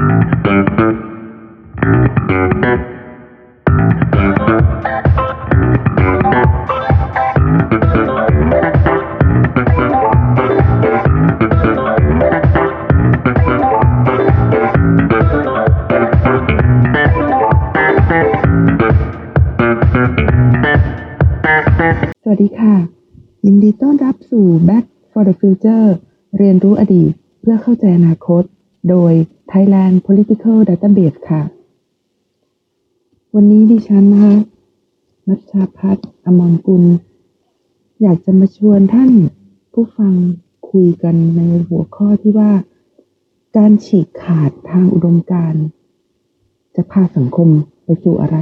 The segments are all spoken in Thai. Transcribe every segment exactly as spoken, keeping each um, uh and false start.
สวัสดีค่ะยินดีต้อนรับสู่ Back for the Future เรียนรู้อดีตเพื่อเข้าใจอนาคตโดย Thailand Political Database ค่ะวันนี้ดิฉันนะคะนัชชาภัทร อมรกุลอยากจะมาชวนท่านผู้ฟังคุยกันในหัวข้อที่ว่าการฉีกขาดทางอุดมการณ์จะพาสังคมไปสู่อะไร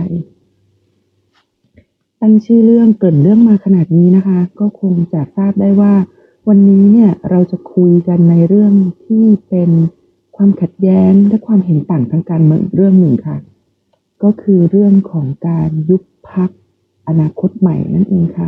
ตั้งชื่อเรื่องเกริ่นเรื่องมาขนาดนี้นะคะก็คงจะทราบได้ว่าวันนี้เนี่ยเราจะคุยกันในเรื่องที่เป็นความขัดแย้งและความเห็นต่างทางการเมืองเรื่องหนึ่งค่ะก็คือเรื่องของการยุบพรรคอนาคตใหม่นั่นเองค่ะ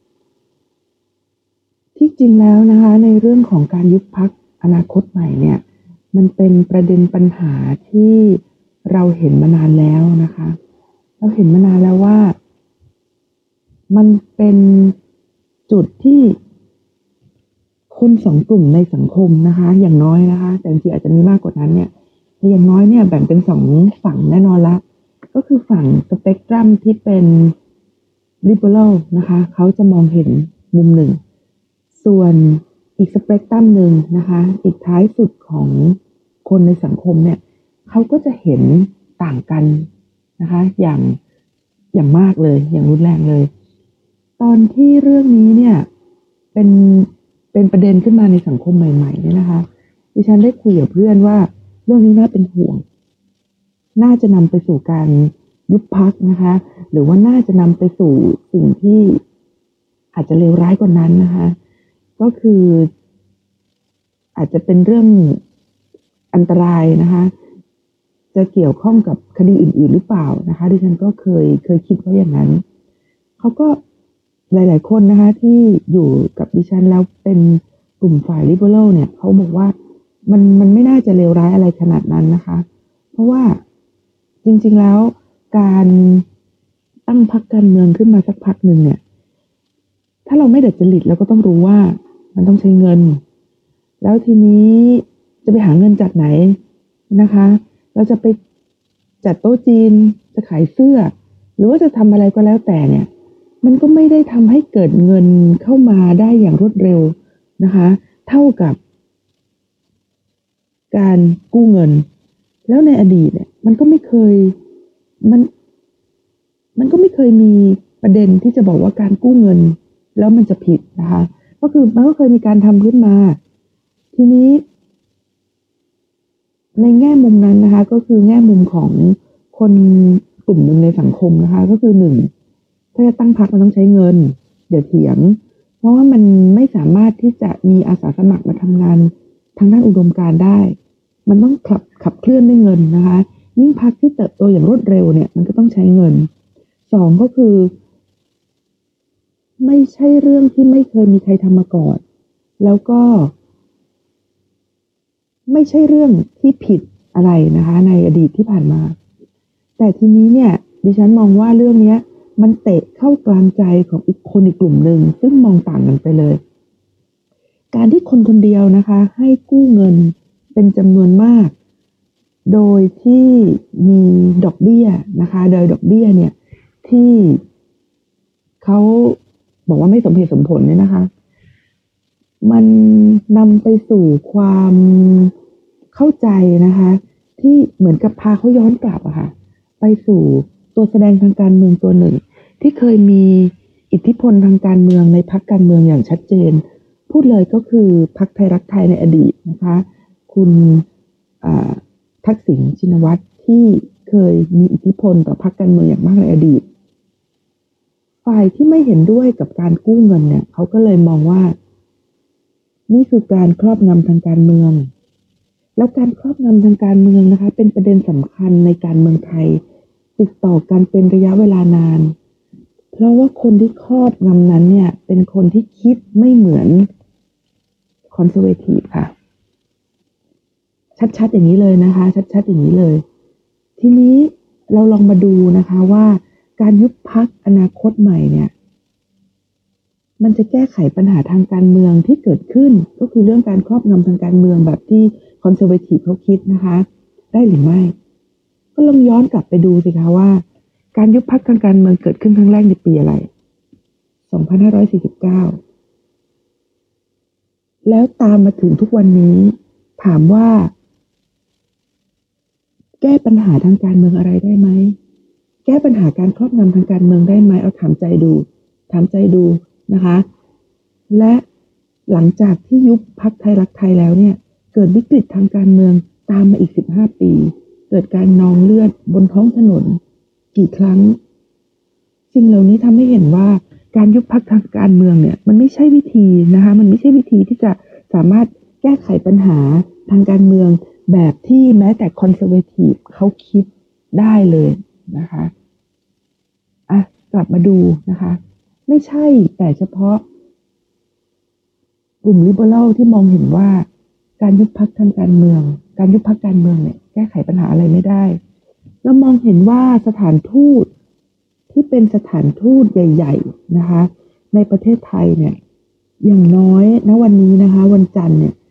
ที่จริงแล้วนะคะในเรื่องของการยุบพรรคอนาคตใหม่เนี่ยมันเป็นประเด็นปัญหาที่เราเห็นมานานแล้วนะคะเราเห็นมานานแล้วว่ามันเป็นจุดที่คนสองกลุ่มในสังคมนะคะอย่างน้อยนะคะแต่จริงๆอาจจะมีมากกว่านั้นเนี่ยอย่างน้อยเนี่ยแบ่งเป็นสองฝั่งแน่นอนละก็คือฝั่งสเปกตรัมที่เป็น liberal นะคะเขาจะมองเห็นมุมหนึ่งส่วนอีกสเปกตรัมหนึ่งนะคะอีกท้ายสุดของคนในสังคมเนี่ยเขาก็จะเห็นต่างกันนะคะอย่างอย่างมากเลยอย่างรุนแรงเลยตอนที่เรื่องนี้เนี่ยเป็นเป็นประเด็นขึ้นมาในสังคมใหม่ๆเนี่ยนะคะดิฉันได้คุยกับเพื่อนว่าเรื่องนี้น่าเป็นห่วงน่าจะนำไปสู่การยุบพรรคนะคะหรือว่าน่าจะนำไปสู่สิ่งที่อาจจะเลวร้ายกว่านั้นนะคะก็คืออาจจะเป็นเรื่องอันตรายนะคะจะเกี่ยวข้องกับคดีอื่นๆหรือเปล่านะคะดิฉันก็เคยเคยคิดว่าอย่างนั้นเขาก็หลายๆคนนะคะที่อยู่กับดิฉันแล้วเป็นกลุ่มฝ่าย liberal เนี่ยเขาบอกว่ามันมันไม่น่าจะเลวร้ายอะไรขนาดนั้นนะคะเพราะว่าจริงๆแล้วการตั้งพรรคการเมืองขึ้นมาสักพรรคหนึ่งเนี่ยถ้าเราไม่ดัดจริตเราก็ต้องรู้ว่ามันต้องใช้เงินแล้วทีนี้จะไปหาเงินจากไหนนะคะเราจะไปจัดโต๊ะจีนจะขายเสื้อหรือว่าจะทำอะไรก็แล้วแต่เนี่ยมันก็ไม่ได้ทำให้เกิดเงินเข้ามาได้อย่างรวดเร็วนะคะเท่ากับการกู้เงินแล้วในอดีตเนี่ยมันก็ไม่เคยมันมันก็ไม่เคยมีประเด็นที่จะบอกว่าการกู้เงินแล้วมันจะผิดนะคะก็คือมันก็เคยมีการทำขึ้นมาทีนี้ในแง่มุมนั้นนะคะก็คือแง่มุมของคนกลุ่มหนึ่งในสังคมนะคะก็คือหนึ่งถ้าจะตั้งพรรคมันต้องใช้เงินอย่าเถียงเพราะว่ามันไม่สามารถที่จะมีอาสาสมัครมาทำงานทางด้านอุดมการณ์ได้มันต้องขับขับเคลื่อนด้วยเงินนะคะยิ่งพรรคที่เติบโตอย่างรวดเร็วเนี่ยมันก็ต้องใช้เงินสองก็คือไม่ใช่เรื่องที่ไม่เคยมีใครทำมาก่อนแล้วก็ไม่ใช่เรื่องที่ผิดอะไรนะคะในอดีตที่ผ่านมาแต่ทีนี้เนี่ยดิฉันมองว่าเรื่องนี้มันเตะเข้ากลางใจของอีกคนอีกกลุ่มหนึ่งซึ่งมองต่างกันไปเลยการที่คนคนเดียวนะคะให้กู้เงินเป็นจำนวนมากโดยที่มีดอกเบี้ยนะคะโดยดอกเบี้ยเนี่ยที่เขาบอกว่าไม่สมเหตุสมผลเนี่ยนะคะมันนำไปสู่ความเข้าใจนะคะที่เหมือนกับพาเขาย้อนกลับอะค่ะไปสู่ตัวแสดงทางการเมืองตัวหนึ่งที่เคยมีอิทธิพลทางการเมืองในพรรคการเมืองอย่างชัดเจนพูดเลยก็คือพรรคไทยรักไทยในอดีตนะคะคุณทักษิณชินวัตรที่เคยมีอิทธิพลต่อพรรคการเมืองอย่างมากในอดีตฝ่ายที่ไม่เห็นด้วยกับการกู้เงินเนี่ยเขาก็เลยมองว่านี่คือการครอบงำทางการเมืองแล้วการครอบงำทางการเมืองนะคะเป็นประเด็นสำคัญในการเมืองไทยติดต่อกันเป็นระยะเวลานานเพราะว่าคนที่ครอบงำนั้นเนี่ยเป็นคนที่คิดไม่เหมือนคอนเซอร์เวทีฟค่ะชัดๆอย่างนี้เลยนะคะชัดๆอย่างนี้เลยทีนี้เราลองมาดูนะคะว่าการยุบพรรคอนาคตใหม่เนี่ยมันจะแก้ไขปัญหาทางการเมืองที่เกิดขึ้นก็คือเรื่องการครอบงำทางการเมืองแบบที่คอนเซอร์เวทีฟเขาคิดนะคะได้หรือไม่ก็ลองย้อนกลับไปดูสิคะว่าการยุบพรรคทางการเมืองเกิดขึ้นครั้งแรกในปีอะไรสองพันห้าร้อยสี่สิบเก้าแล้วตามมาถึงทุกวันนี้ถามว่าแก้ปัญหาทางการเมืองอะไรได้ไหมแก้ปัญหาการครอบงำทางการเมืองได้ไหมเอาถามใจดูถามใจดูนะคะและหลังจากที่ยุบพรรคไทยรักไทยแล้วเนี่ยเกิดวิกฤตทางการเมืองตามมาอีกสิบห้าปีเกิดการนองเลือดบนท้องถนนกี่ครั้งสิ่งเหล่านี้ทำให้เห็นว่าการยุบพรรคทางการเมืองเนี่ยมันไม่ใช่วิธีนะคะมันไม่ใช่วิธีที่จะสามารถแก้ไขปัญหาทางการเมืองแบบที่แม้แต่คอนเซอร์เวทีฟเขาคิดได้เลยนะคะอ่ะกลับมาดูนะคะไม่ใช่แต่เฉพาะกลุ่มลิเบอรัลที่มองเห็นว่าการยุบพรรคทางการเมืองการยุบพรรคการเมืองเนี่ยแก้ไขปัญหาอะไรไม่ได้เรามองเห็นว่าสถานทูตที่เป็นสถานทูตใหญ่ๆนะคะในประเทศไทยเนี่ยอย่างน้อยณวันนี้นะคะวันจันทร์เนี่ย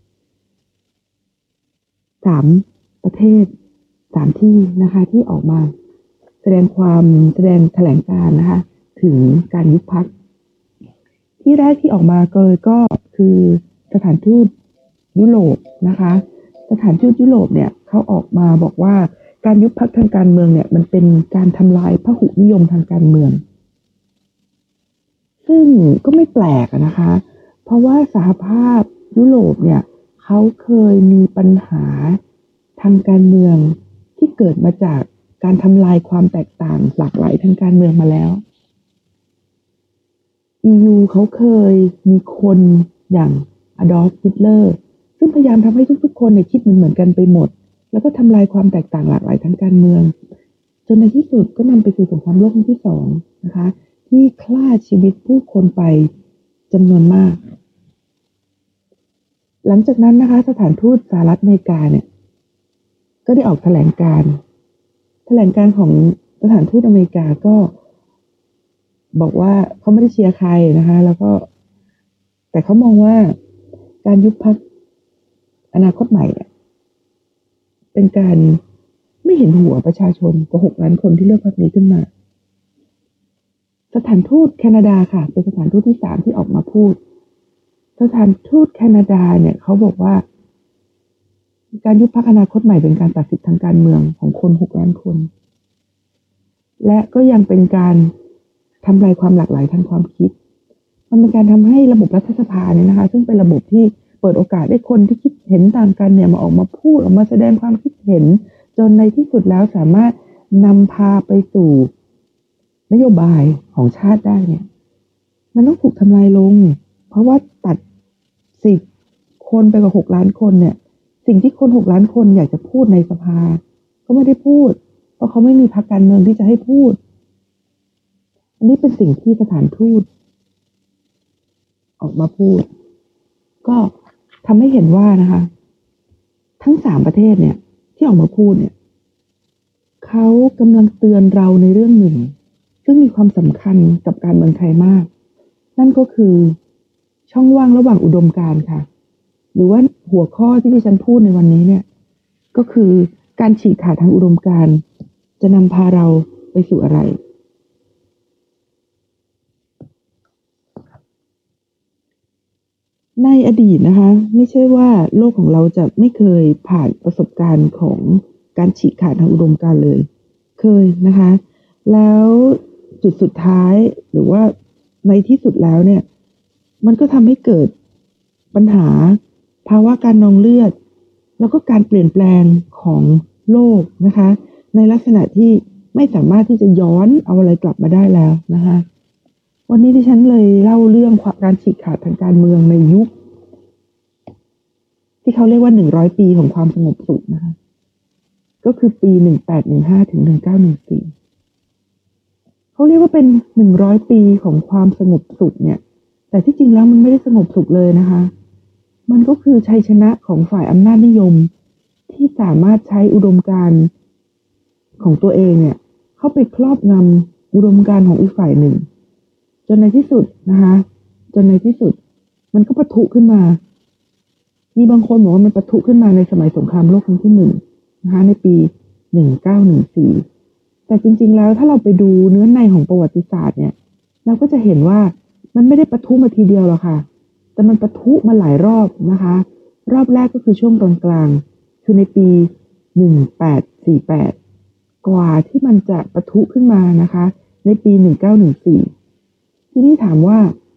สามประเทศสามที่นะคะที่ออกมาแสดงความแสดงแถลงการณ์นะคะถึงการยุบพรรคที่แรกที่ออกมาเลยก็คือสถานทูตยุโรปนะคะสถานทูตยุโรปเนี่ยเขาออกมาบอกว่าการยุบพรรคทางการเมืองเนี่ยมันเป็นการทำลายพหุนิยมทางการเมืองซึ่งก็ไม่แปลกนะคะเพราะว่าสหภาพยุโรปเนี่ยเขาเคยมีปัญหาทางการเมืองที่เกิดมาจากการทำลายความแตกต่างหลากหลายทางการเมืองมาแล้ว อี ยู เขาเคยมีคนอย่างอดอล์ฟฮิตเลอร์ซึ่งพยายามทำให้ทุกๆคนเนี่ยคิดเหมือนเหมือนกันไปหมดแล้วก็ทำลายความแตกต่างหลากหลายทางการเมืองจนในที่สุดก็นำไปสู่สงครามโลกครั้งที่สองนะคะที่ฆ่าชีวิตผู้คนไปจำนวนมากหลังจากนั้นนะคะสถานทูตสหรัฐอเมริกาเนี่ยก็ได้ออกแถลงการณ์แถลงการณ์ของสถานทูตอเมริกาก็บอกว่าเขาไม่ได้เชียร์ใครนะคะแล้วก็แต่เขามองว่าการยุบพรรคอนาคตใหม่เนี่ยเป็นการไม่เห็นหัวประชาชนกว่าหกล้านคนที่เลือกพรรคนี้ขึ้นมาสถานทูตแคนาดาค่ะเป็นสถานทูตที่สามที่ออกมาพูดสถานทูตแคนาดาเนี่ยเขาบอกว่าการยุบพรรคอนาคตใหม่เป็นการตัดสิทธิทางการเมืองของคนหกล้านคนและก็ยังเป็นการทำลายความหลากหลายทางความคิดมันเป็นการทำให้ระบบรัฐสภาเนี่ยนะคะซึ่งเป็นระบบที่เปิดโอกาสให้คนที่คิดเห็นต่างกันเนี่ยมาออกมาพูดออกมาแสดงความคิดเห็นจนในที่สุดแล้วสามารถนำพาไปสู่นโยบายของชาติได้เนี่ยมันต้องถูกทำลายลงเพราะว่าตัดสิทธิ์คนไปกว่าหกล้านคนเนี่ยสิ่งที่คนหกล้านคนอยากจะพูดในสภาก็ไม่ได้พูดเพราะเขาไม่มีพรรคการเมืองที่จะให้พูดอันนี้เป็นสิ่งที่สถานทูตออกมาพูดก็ทำให้เห็นว่านะคะทั้งสามประเทศเนี่ยที่ออกมาพูดเนี่ยเขากำลังเตือนเราในเรื่องหนึ่งซึ่งมีความสำคัญกับการเมืองไทยมากนั่นก็คือช่องว่างระหว่างอุดมการณ์ค่ะหรือว่าหัวข้อที่ดิฉันพูดในวันนี้เนี่ยก็คือการฉีกขาดทางอุดมการณ์จะนำพาเราไปสู่อะไรในอดีตนะคะไม่ใช่ว่าโลกของเราจะไม่เคยผ่านประสบการณ์ของการฉีกขาดทางอุดมการณ์เลยเคยนะคะแล้วจุดสุดท้ายหรือว่าในที่สุดแล้วเนี่ยมันก็ทำให้เกิดปัญหาภาวะการนองเลือดแล้วก็การเปลี่ยนแปลงของโลกนะคะในลักษณะที่ไม่สามารถที่จะย้อนเอาอะไรกลับมาได้แล้วนะคะวันนี้ที่ฉันเลยเล่าเรื่องการฉีกขาดทางการเมืองในยุคที่เขาเรียกว่าหนึ่งร้อยปีของความสงบสุขนะคะก็คือปีหนึ่งแปดหนึ่งห้าถึงหนึ่งเก้าหนึ่งสี่เขาเรียกว่าเป็นหนึ่งร้อยปีของความสงบสุขเนี่ยแต่ที่จริงแล้วมันไม่ได้สงบสุขเลยนะคะมันก็คือชัยชนะของฝ่ายอำนาจนิยมที่สามารถใช้อุดมการณ์ของตัวเองเนี่ยเข้าไปครอบงำอุดมการณ์ของอีกฝ่ายหนึ่งจนในที่สุดนะคะจนในที่สุดมันก็ปะทุขึ้นมามีบางคนบอกว่ามันปะทุขึ้นมาในสมัยสงครามโลกครั้งที่หนึ่งนะคะในปีหนึ่งเก้าหนึ่งสี่แต่จริงๆแล้วถ้าเราไปดูเนื้อในของประวัติศาสตร์เนี่ยเราก็จะเห็นว่ามันไม่ได้ปะทุมาทีเดียวหรอกค่ะแต่มันปะทุมาหลายรอบนะคะรอบแรกก็คือช่วงตอนกลางคือในปีหนึ่งแปดสี่แปดกว่าที่มันจะปะทุขึ้นมานะคะในปีหนึ่งเก้าหนึ่งสี่ทีนี้ถามว่า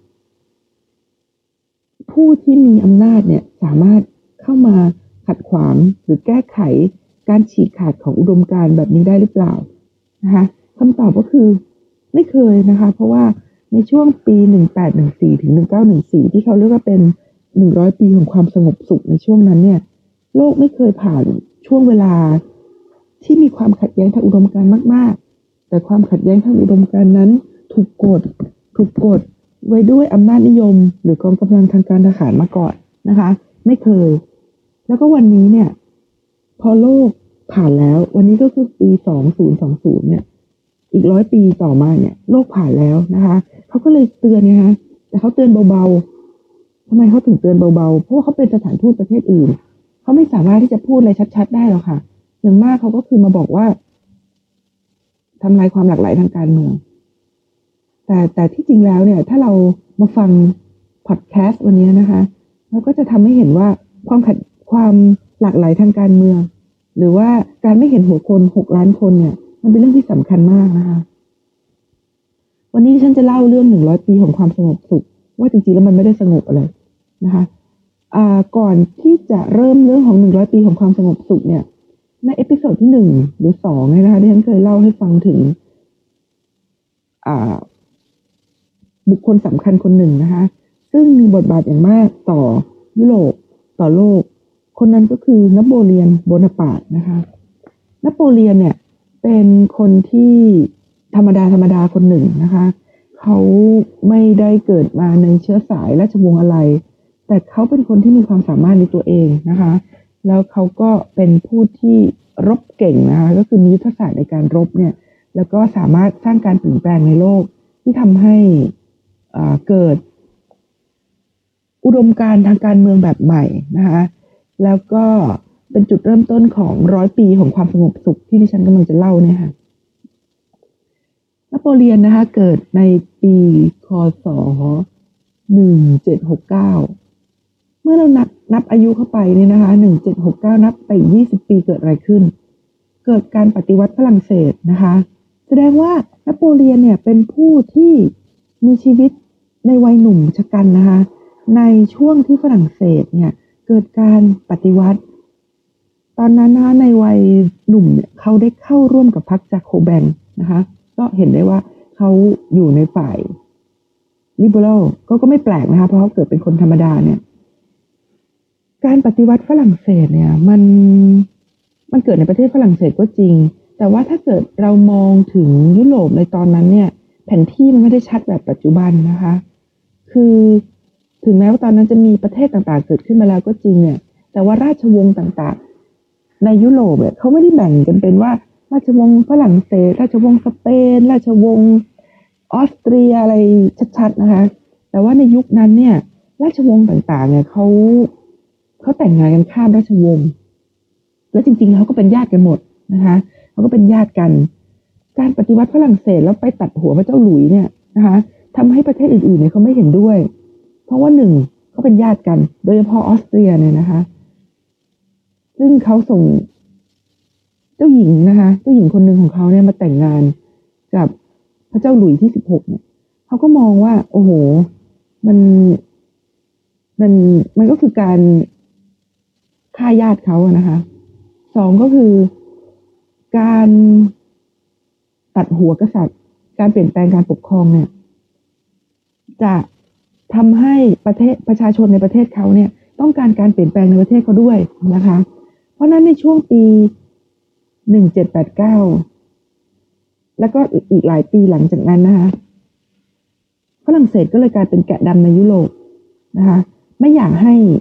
ผู้ที่มีอำนาจเนี่ยสามารถเข้ามาขัดขวางหรือแก้ไขการฉีกขาดของอุดมการณ์แบบนี้ได้หรือเปล่านะคะคำตอบก็คือไม่เคยนะคะเพราะว่าในช่วงปีหนึ่งแปดหนึ่งสี่ถึงหนึ่งเก้าหนึ่งสี่ที่เขาเรียกว่าเป็นหนึ่งร้อยปีของความสงบสุขในช่วงนั้นเนี่ยโลกไม่เคยผ่านช่วงเวลาที่มีความขัดแย้งทางอุดมการณ์มากๆแต่ความขัดแย้งทางอุดมการณ์นั้นถูกกดถูกกดไว้ด้วยอำนาจนิยมหรือกองกำลังทางการทหารมาก่อนนะคะไม่เคยแล้วก็วันนี้เนี่ยพอโลกผ่านแล้ววันนี้ก็คือปีสองพันยี่สิบเนี่ยอีกร้อยปีต่อมาเนี่ยโลกผ่านแล้วนะคะเขาก็เลยเตือนไงคะแต่เขาเตือนเบาๆทำไมเขาถึงเตือนเบาๆเพราะว่าเขาเป็นสถานทูตประเทศอื่นเขาไม่สามารถที่จะพูดอะไรชัดๆได้หรอกค่ะอย่างมากเขาก็คือมาบอกว่าทำลายความหลากหลายทางการเมืองแต่แต่ที่จริงแล้วเนี่ยถ้าเรามาฟังพอดแคสต์วันนี้นะคะเราก็จะทำให้เห็นว่าความขัดความหลากหลายทางการเมืองหรือว่าการไม่เห็นหัวคนหกล้านคนเนี่ยมันเป็นเรื่องที่สำคัญมากนะคะวันนี้ฉันจะเล่าเรื่องหนึ่งร้อยปีของความสงบสุขว่าจริงๆแล้วมันไม่ได้สงบอะไรนะคะอ่าก่อนที่จะเริ่มเรื่องของหนึ่งร้อยปีของความสงบสุขเนี่ยในเอพิโซดที่หนึ่งหรือสองเนี่ยนะคะที่ฉันเคยเล่าให้ฟังถึงอ่าบุคคลสำคัญคนหนึ่งนะคะซึ่งมีบทบาทอย่างมากต่อยุโรปต่อโลกคนนั้นก็คือนโปเลียนโบนาปาร์ตนะคะนโปเลียนเนี่ยเป็นคนที่ธรรมดาธรรมดาคนหนึ่งนะคะเขาไม่ได้เกิดมาในเชื้อสายราชวงศ์อะไรแต่เขาเป็นคนที่มีความสามารถในตัวเองนะคะแล้วเขาก็เป็นผู้ที่รบเก่งนะคะก็คือมียุทธศาสตร์ในการรบเนี่ยแล้วก็สามารถสร้างการเปลี่ยนแปลงในโลกที่ทำให้เกิดอุดมการณ์ทางการเมืองแบบใหม่นะคะแล้วก็เป็นจุดเริ่มต้นของร้อยปีของความสงบสุขที่ดิฉันกำลังจะเล่าเนี่ยค่ะนโปเลียนนะคะเกิดในปีคศหนึ่งเจ็ดหกเก้าเมื่อเรานับนับอายุเข้าไปเนี่ยนะคะหนึ่งเจ็ดหกเก้านับไปยี่สิบปีเกิดอะไรขึ้นเกิดการปฏิวัติฝรั่งเศสนะคะแสดงว่านโปเลียนเนี่ยเป็นผู้ที่มีชีวิตในวัยหนุ่มชะกันนะคะในช่วงที่ฝรั่งเศสเนี่ยเกิดการปฏิวัติตอนนั้นนะคะในวัยหนุ่มเนี่ยเขาได้เข้าร่วมกับพรรคจาโคแบนนะคะก็เห็นได้ว่าเขาอยู่ในฝ่ายลิเบอรัลก็ก็ไม่แปลกนะคะเพราะเขาเกิดเป็นคนธรรมดาเนี่ยการปฏิวัติฝรั่งเศสเนี่ยมันมันเกิดในประเทศฝรั่งเศสก็จริงแต่ว่าถ้าเกิดเรามองถึงยุโรปในตอนนั้นเนี่ยแผนที่มันไม่ได้ชัดแบบปัจจุบันนะคะคือถึงแม้ว่าตอนนั้นจะมีประเทศต่างๆเกิดขึ้นมาแล้วก็จริงเนี่ยแต่ว่าราชวงศ์ต่างๆในยุโรปเนี่ยเขาไม่ได้แบ่งกันเป็นว่าราชวงศ์ฝรั่งเศสราชวงศ์สเปนราชวงศ์ออสเตรียอะไรชัดๆนะคะแต่ว่าในยุคนั้นเนี่ยราชวงศ์ต่างๆเนี่ยเขาเขาแต่งงานกันข้ามราชวงศ์แล้วจริงๆเขาก็เป็นญาติกันหมดนะคะเขาก็เป็นญาติกันการปฏิวัติฝรั่งเศสแล้วไปตัดหัวพระเจ้าหลุยส์เนี่ยนะคะทำให้ประเทศอื่นๆเนี่ยเขาไม่เห็นด้วยเพราะว่าหนึ่งเขาเป็นญาติกันโดยเฉพาะออสเตรียเนี่ยนะคะซึ่งเขาส่งเจ้าหญิงนะคะเจ้าหญิงคนหนึ่งของเขาเนี่ยมาแต่งงานกับพระเจ้าหลุยส์ที่สิบหกเนี่ยเขาก็มองว่าโอ้โหมันมันมันก็คือการฆ่าญาติเขาอะนะคะสองก็คือการตัดหัวกษัตริย์การเปลี่ยนแปลงการปกครองเนี่ยจะทำให้ประเทศประชาชนในประเทศเขาเนี่ยต้องการการเปลี่ยนแปลงในประเทศเขาด้วยนะคะเพราะนั้นในช่วงปีหนึ่งเจ็ดแปดเก้าแล้วก็อีกหลายปีหลังจากนั้นนะคะฝรั่งเศสก็เลยกลายเป็นแกะดำในยุโรปนะคะไม่อยากให้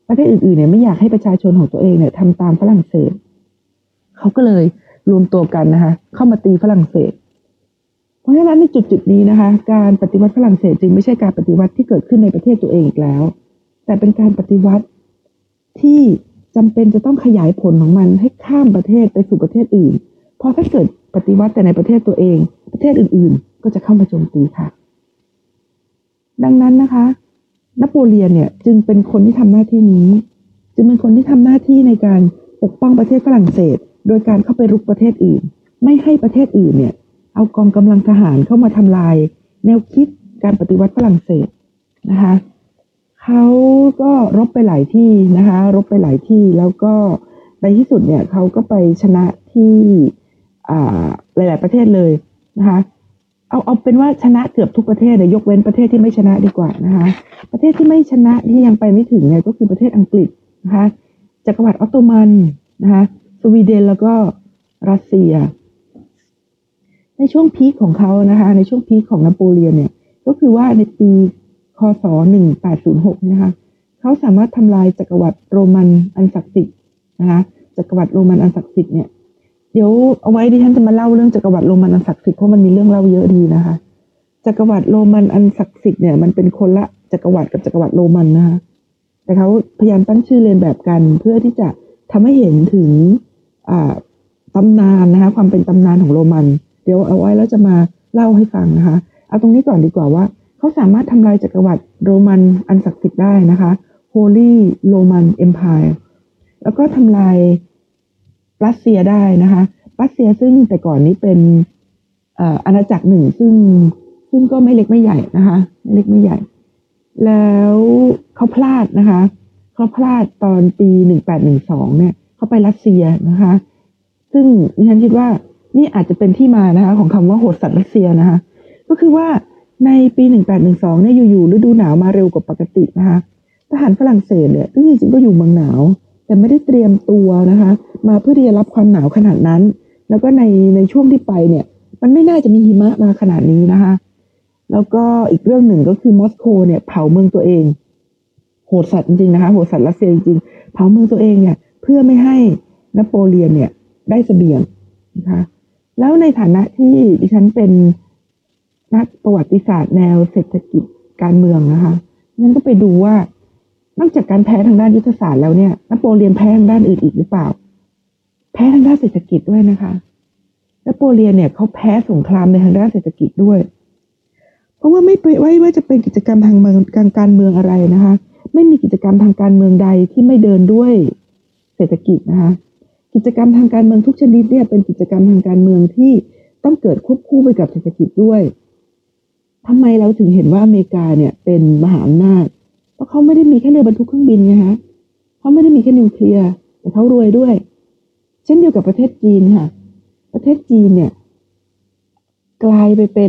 ประเทศอื่นๆเนี่ยไม่อยากให้ประชาชนของตัวเองเนี่ยทำตามฝรั่งเศสเขาก็เลยรวมตัวกันนะคะเข้ามาตีฝรั่งเศสเพราะฉะนั้นในจุดๆนี้นะคะการปฏิวัติฝรั่งเศสจึงไม่ใช่การปฏิวัติที่เกิดขึ้นในประเทศตัวเองอีกแล้วแต่เป็นการปฏิวัติที่จำเป็นจะต้องขยายผลของมันให้ข้ามประเทศไปสู่ประเทศอื่นเพราะถ้าเกิดปฏิวัติแต่ในประเทศตัวเองประเทศอื่นๆก็จะเข้ามาโจมตีค่ะดังนั้นนะคะนโปเลียนเนี่ยจึงเป็นคนที่ทำหน้าที่นี้จึงเป็นคนที่ทำหน้าที่ในการปกป้องประเทศฝรั่งเศสโดยการเข้าไปรุกประเทศอื่นไม่ให้ประเทศอื่นเนี่ยเอากองกำลังทหารเข้ามาทำลายแนวคิดการปฏิวัติฝรั่งเศสนะคะเขาก็รบไปหลายที่นะคะรบไปหลายที่แล้วก็ในที่สุดเนี่ยเขาก็ไปชนะที่อ่าหลายๆประเทศเลยนะคะเอาเอาเป็นว่าชนะเกือบทุกประเทศเลยยกเว้นประเทศที่ไม่ชนะดีกว่านะคะประเทศที่ไม่ชนะที่ยังไปไม่ถึงเนี่ยก็คือประเทศอังกฤษนะคะจักรวรรดิออตโตมันนะคะสวีเดนแล้วก็รัสเซียในช่วงพีคของเขานะคะในช่วงพีคของนโปเลียนเนี่ยก็คือว่าในปีคศหนึ่งพันแปดร้อยหกนะคะเขาสามารถทำลายจักรวรรดิโรมันอันศักดิ์สิทธิ์นะคะจักรวรรดิโรมันอันศักดิ์สิทธิ์เนี่ยเดี๋ยวเอาไว้ดิฉันจะมาเล่าเรื่องจักรวรรดิโรมันอันศักดิ์สิทธิ์เพราะมันมีเรื่องเล่าเยอะดีนะคะจักรวรรดิโรมันอันศักดิ์สิทธิ์เนี่ยมันเป็นคนละจักรวรรดิกับจักรวรรดิโรมันนะคะแต่เขาพยายามตั้งชื่อเลียนแบบกันเพื่อที่จะทำให้เห็นถึงอ่าตำนานนะคะความเป็นตำนานของโรมันเดี๋ยวเอาไว้แล้วจะมาเล่าให้ฟังนะคะเอาตรงนี้ก่อนดีกว่าว่าเขาสามารถทำลายจักรวรรดิโรมันอันศักดิ์สิทธิ์ได้นะคะ Holy Roman Empire แล้วก็ทำลายรัสเซียได้นะคะรัสเซียซึ่งแต่ก่อนนี้เป็นอาณาจักรหนึ่งซึ่งซึ่งก็ไม่เล็กไม่ใหญ่นะคะไม่เล็กไม่ใหญ่แล้วเขาพลาดนะคะเขาพลาดตอนปีหนึ่งพันแปดร้อยสิบสองเนี่ยเขาไปรัสเซียนะคะซึ่งดิฉันคิดว่านี่อาจจะเป็นที่มานะคะของคำว่าโหดสัตว์รัสเซียนะคะก็คือว่าในปีหนึ่งพันแปดร้อยสิบสองเนี่ยอยู่ๆฤดูหนาวมาเร็วกว่าปกตินะคะทหารฝรั่งเศสเนี่ยซึ่งจริงๆก็อยู่เมืองหนาวแต่ไม่ได้เตรียมตัวนะคะมาเพื่อที่จะรับความหนาวขนาดนั้นแล้วก็ในในช่วงที่ไปเนี่ยมันไม่น่าจะมีหิมะมาขนาดนี้นะคะแล้วก็อีกเรื่องหนึ่งก็คือมอสโกเนี่ยเผาเมืองตัวเองโหดสัตว์จริงๆนะคะโหดสัตว์รัสเซียจริงๆเผาเมืองตัวเองเนี่ยเพื่อไม่ให้นโปเลียนเนี่ยได้เสบียงนะคะแล้วในฐานะที่ดิฉันเป็นนักประวัติศาสตร์แนวเศรษฐกิจการเมืองนะคะนั่นก็ไปดูว่านอกจากการแพ้ทางด้านยุทธศาสตร์แล้วเนี่ยนโปเลียนแพ้ทางด้านอื่นอีกหรือเปล่าแพ้ทางด้านเศรษฐกิจด้วยนะคะนโปเลียนเนี่ยเขาแพ้สงครามในทางด้านเศรษฐกิจด้วยเพราะว่าไม่ไว้ว่าจะเป็นกิจกรรมทางการการเมืองอะไรนะคะไม่มีกิจกรรมทางการเมืองใดที่ไม่เดินด้วยเศรษฐกิจนะคะกิจกรรมทางการเมืองทุกชนิดเนี่ยเป็นกิจกรรมทางการเมืองที่ต้องเกิดควบคู่ไปกับเศรษฐกิจด้วยทำไมเราถึงเห็นว่าอเมริกาเนี่ยเป็นมหาอำนาจเพราะเขาไม่ได้มีแค่เรือบรรทุกเครื่องบินไงฮะเขาไม่ได้มีแค่นิวเคลียร์แต่เขารวยด้วยเช่นเดียวกับประเทศจีนค่ะประเทศจีนเนี่ยกลายไปเป็น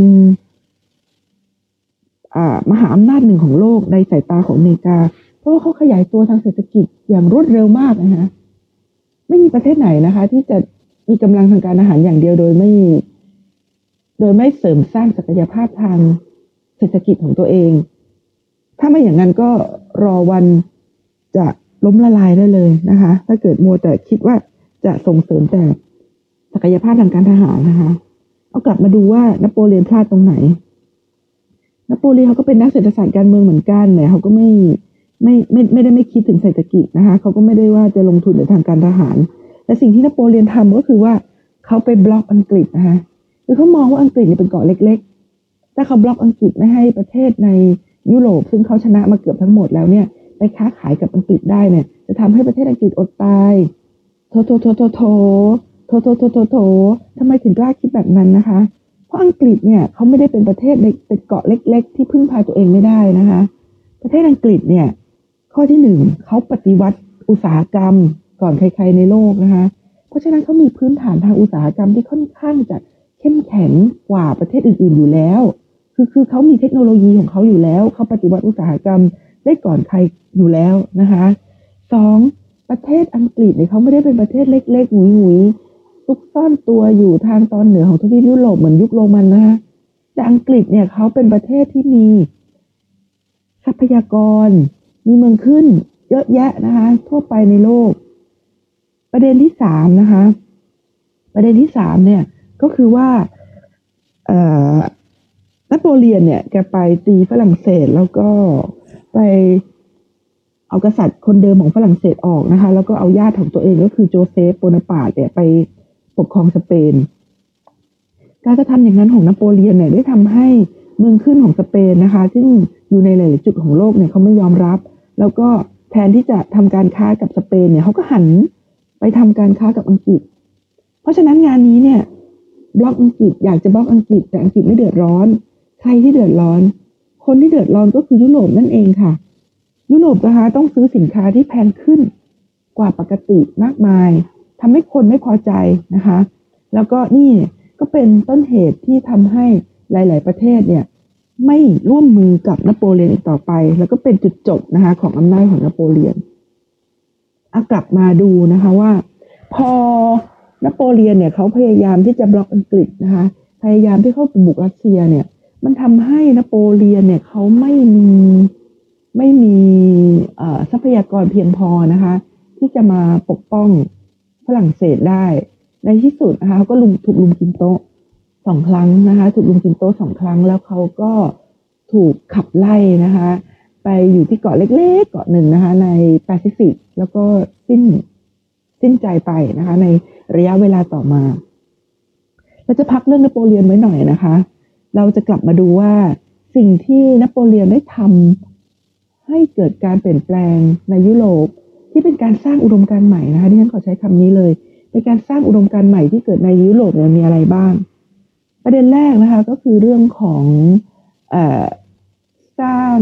มหาอำนาจหนึ่งของโลกในสายตาของอเมริกาเพราะว่าเขาขยายตัวทางเศรษฐกิจอย่างรวดเร็วมากนะคะไม่มีประเทศไหนนะคะที่จะมีกำลังทางการอาหารอย่างเดียวโดยไม่โดยไม่เสริมสร้างศักยภาพทางเศรษฐกิจของตัวเองถ้าไม่อย่างนั้นก็รอวันจะล้มละลายได้เลยนะคะถ้าเกิดมัวแต่คิดว่าจะส่งเสริมแต่ศักยภาพทางการทหารนะคะเอากลับมาดูว่านโปเลียนพลาดตรงไหนนโปเลียนเขาก็เป็นนักเศรษฐศาสตร์การเมืองเหมือนกันแต่เขาก็ไม่ไม่ไม่ไม่ได้ไม่คิดถึงเศรษฐกิจนะคะเขาก็ไม่ได้ว่าจะลงทุนในทางการทหารแต่สิ่งที่นโปเลียนทำก็คือว่าเขาไปบล็อกอังกฤษนะคะคือเขามองว่าอังกฤษเนี่ยเป็นเกาะเล็กๆแต่เขาบล็อกอังกฤษไม่ให้ประเทศในยุโรปซึ่งเขาชนะมาเกือบทั้งหมดแล้วเนี่ยไปค้าขายกับอังกฤษได้เนี่ยจะทำให้ประเทศอังกฤษอดตายโถโถโถโถโถโถโถโถโถโถทำไมถึงกล้าคิดแบบนั้นนะคะเพราะอังกฤษเนี่ยเขาไม่ได้เป็นประเทศเล็กเป็นเกาะเล็กๆที่พึ่งพาตัวเองไม่ได้นะคะประเทศอังกฤษเนี่ยข้อที่หนึ่งเขาปฏิวัติอุตสาหกรรมก่อนใครๆในโลกนะคะเพราะฉะนั้นเขามีพื้นฐานทางอุตสาหกรรมที่ค่อนข้างจะเข้มแข็งกว่าประเทศอื่นๆอยู่แล้วคือคือเขามีเทคโนโลยีของเขาอยู่แล้วเขาปฏิวัติอุตสาหกรรมได้ก่อนใครอยู่แล้วนะคะสองประเทศอังกฤษเนี่ยเขาไม่ได้เป็นประเทศเล็กๆหงุยๆซุกซ่อนตัวอยู่ทางตอนเหนือของทวีปยุโรปเหมือนยุคโรมันนะคะแต่อังกฤษเนี่ยเขาเป็นประเทศที่มีทรัพยากรมีเมืองขึ้นเยอะแยะนะคะทั่วไปในโลกประเด็นที่สามนะคะประเด็นที่สามเนี่ยก็คือว่าเอ่อนโปเลียนเนี่ยแกไปตีฝรั่งเศสแล้วก็ไปเอากษัตริย์คนเดิมของฝรั่งเศสออกนะคะแล้วก็เอาญาติของตัวเองก็คือโจเซฟโบนาปาร์ตเนี่ยไปปกครองสเปนการกระทำอย่างนั้นของนโปเลียนเนี่ยได้ทำให้เมืองขึ้นของสเปนนะคะซึ่งอยู่ในหลายๆจุดของโลกเนี่ยเขาไม่ยอมรับแล้วก็แทนที่จะทำการค้ากับสเปนเนี่ยเขาก็หันไปทำการค้ากับอังกฤษเพราะฉะนั้นงานนี้เนี่ยบล็อกอังกฤษอยากจะบล็อกอังกฤษแต่อังกฤษไม่เดือดร้อนใครที่เดือดร้อนคนที่เดือดร้อนก็คือยุโรปนั่นเองค่ะยุโรปนะคะต้องซื้อสินค้าที่แพงขึ้นกว่าปกติมากมายทำให้คนไม่พอใจนะคะแล้วก็นี่ก็เป็นต้นเหตุที่ทำให้หลายๆประเทศเนี่ยไม่ร่วมมือกับนโปเลียนอีกต่อไปแล้วก็เป็นจุดจบนะคะของอำนาจของนโปเลียนเอากลับมาดูนะคะว่าพอนโปเลียนเนี่ยเขาพยายามที่จะบล็อกอังกฤษนะคะพยายามที่เข้าไปบุกรัสเซียเนี่ยมันทำให้นโปเลียนเนี่ยเขาไม่มีไม่มีทรัพยากรเพียงพอนะคะที่จะมาปกป้องฝรั่งเศสได้ในที่สุดนะคะเขาก็ลุมถูกลุมกินโต๊ะสองครั้งนะคะถูกลุมกินโต๊ะสองครั้งแล้วเขาก็ถูกขับไล่นะคะไปอยู่ที่เกาะเล็กๆเกาะหนึ่งนะคะในแปซิฟิกแล้วก็สิ้นสิ้นใจไปนะคะในระยะเวลาต่อมาเราจะพักเรื่องนโปเลียนไว้หน่อยนะคะเราจะกลับมาดูว่าสิ่งที่นโปเลียนได้ทำให้เกิดการเปลี่ยนแปลงในยุโรปที่เป็นการสร้างอุดมการณ์ใหม่นะคะที่ฉันขอใช้คำนี้เลยในการสร้างอุดมการณ์ใหม่ที่เกิดในยุโรปเนี่ยมีอะไรบ้างประเด็นแรกนะคะก็คือเรื่องของเอ่อสร้าง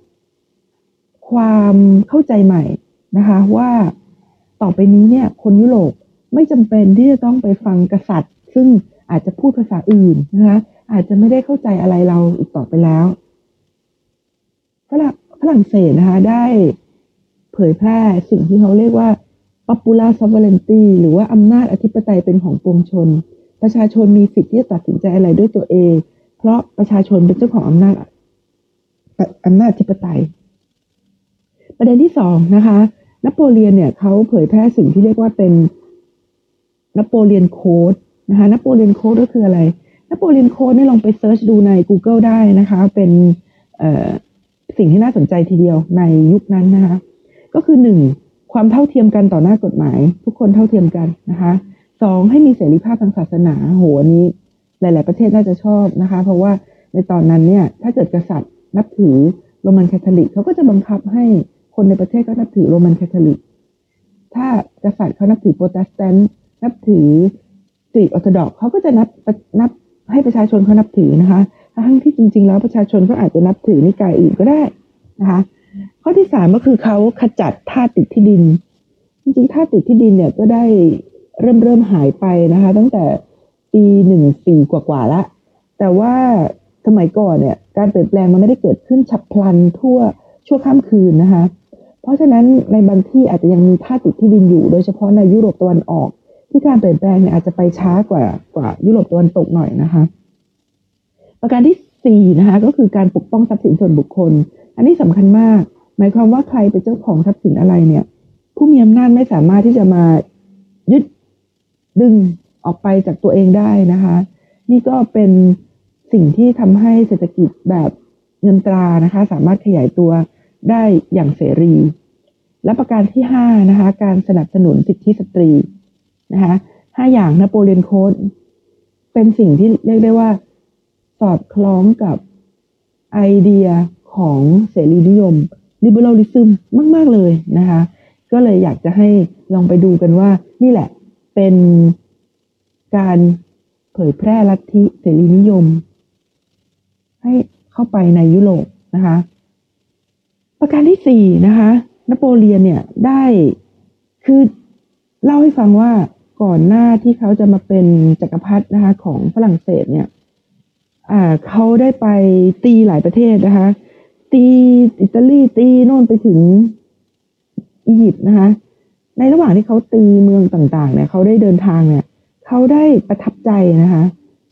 ความเข้าใจใหม่นะคะว่าต่อไปนี้เนี่ยคนยุโรปไม่จำเป็นที่จะต้องไปฟังกษัตริย์ซึ่งอาจจะพูดภาษาอื่นนะคะอาจจะไม่ได้เข้าใจอะไรเราอีกต่อไปแล้วฝรั่งฝรั่งเศสนะคะได้เผยแพร่สิ่งที่เขาเรียกว่า popular sovereignty หรือว่าอำนาจอธิปไตยเป็นของปวงชนประชาชนมีสิทธิ์ที่จะตัดสินใจอะไรด้วยตัวเองเพราะประชาชนเป็นเจ้าของอำนาจอำนาจอธิปไตยประเด็นที่สองนะคะนโปเลียนเนี่ยเขาเผยแพร่สิ่งที่เรียกว่าเป็นนโปเลียนโค้ดนะคะนโปเลียนโค้ดก็คืออะไรนโปเลียนโค้ดเนี่ยลองไปเซิร์ชดูใน Google ได้นะคะเป็นเอ่อสิ่งที่น่าสนใจทีเดียวในยุคนั้นนะคะก็คือหนึ่งความเท่าเทียมกันต่อหน้ากฎหมายทุกคนเท่าเทียมกันนะคะสองให้มีเสรีภาพทางศาสนาโหอันนี้หลายๆประเทศน่าจะชอบนะคะเพราะว่าในตอนนั้นเนี่ยถ้าเกิดกษัตริย์นับถือโรมันคาทอลิกเขาก็จะบังคับให้คนในประเทศก็นับถือโรมันคาทอลิกถ้ากษัตริย์เขานับถือโปรเตสแตนต์นับถือกรีกออร์โธดอกซ์เขาก็จะนับนับให้ประชาชนเขานับถือนะคะทั้งที่จริงๆแล้วประชาชนก็อาจจะนับถือนิกายอื่นก็ได้นะคะข้อที่สามก็คือเขาขจัดทาสติดที่ดินจริงๆทาสติดที่ดินเนี่ยก็ได้เริ่มเริ่มหายไปนะคะตั้งแต่ปีหนึ่งสี่กว่าๆแล้วแต่ว่าสมัยก่อนเนี่ยการเปลี่ยนแปลงมันไม่ได้เกิดขึ้นฉับพลันทั่วชั่วข้ามคืนนะคะเพราะฉะนั้นในบางที่อาจจะยังมีทาสติดที่ดินอยู่โดยเฉพาะในยุโรปตะวันออกที่การเปลี่ยนแปลงเนี่ยอาจจะไปช้ากว่ากว่ายุโรปตะวันตกหน่อยนะคะประการที่สี่นะคะก็คือการปกป้องทรัพย์สินส่วนบุคคลอันนี้สำคัญมากหมายความว่าใครเป็นเจ้าของทรัพย์สินอะไรเนี่ยผู้มีอำนาจไม่สามารถที่จะมายึดดึงออกไปจากตัวเองได้นะคะนี่ก็เป็นสิ่งที่ทำให้เศรษฐกิจแบบเงินตรานะคะสามารถขยายตัวได้อย่างเสรีและประการที่ห้านะคะการสนับสนุนสิทธิสตรีนะคะห้าอย่างนโปเลียนโค้ดเป็นสิ่งที่เรียกได้ว่าสอดคล้องกับไอเดียของเสรีนิยม liberalism มากๆเลยนะคะก็เลยอยากจะให้ลองไปดูกันว่านี่แหละเป็นการเผยแพร่ลัทธิเสรีนิยมให้เข้าไปในยุโรปนะคะประการที่สี่นะคะนโปเลียนเนี่ยได้คือเล่าให้ฟังว่าก่อนหน้าที่เขาจะมาเป็นจักรพรรดินะคะของฝรั่งเศสเนี่ยอ่าเขาได้ไปตีหลายประเทศนะคะตีอิตาลีตีโน่นไปถึงอียิปต์นะคะในระหว่างที่เขาตีเมืองต่างๆเนี่ยเขาได้เดินทางเนี่ยเขาได้ประทับใจนะคะ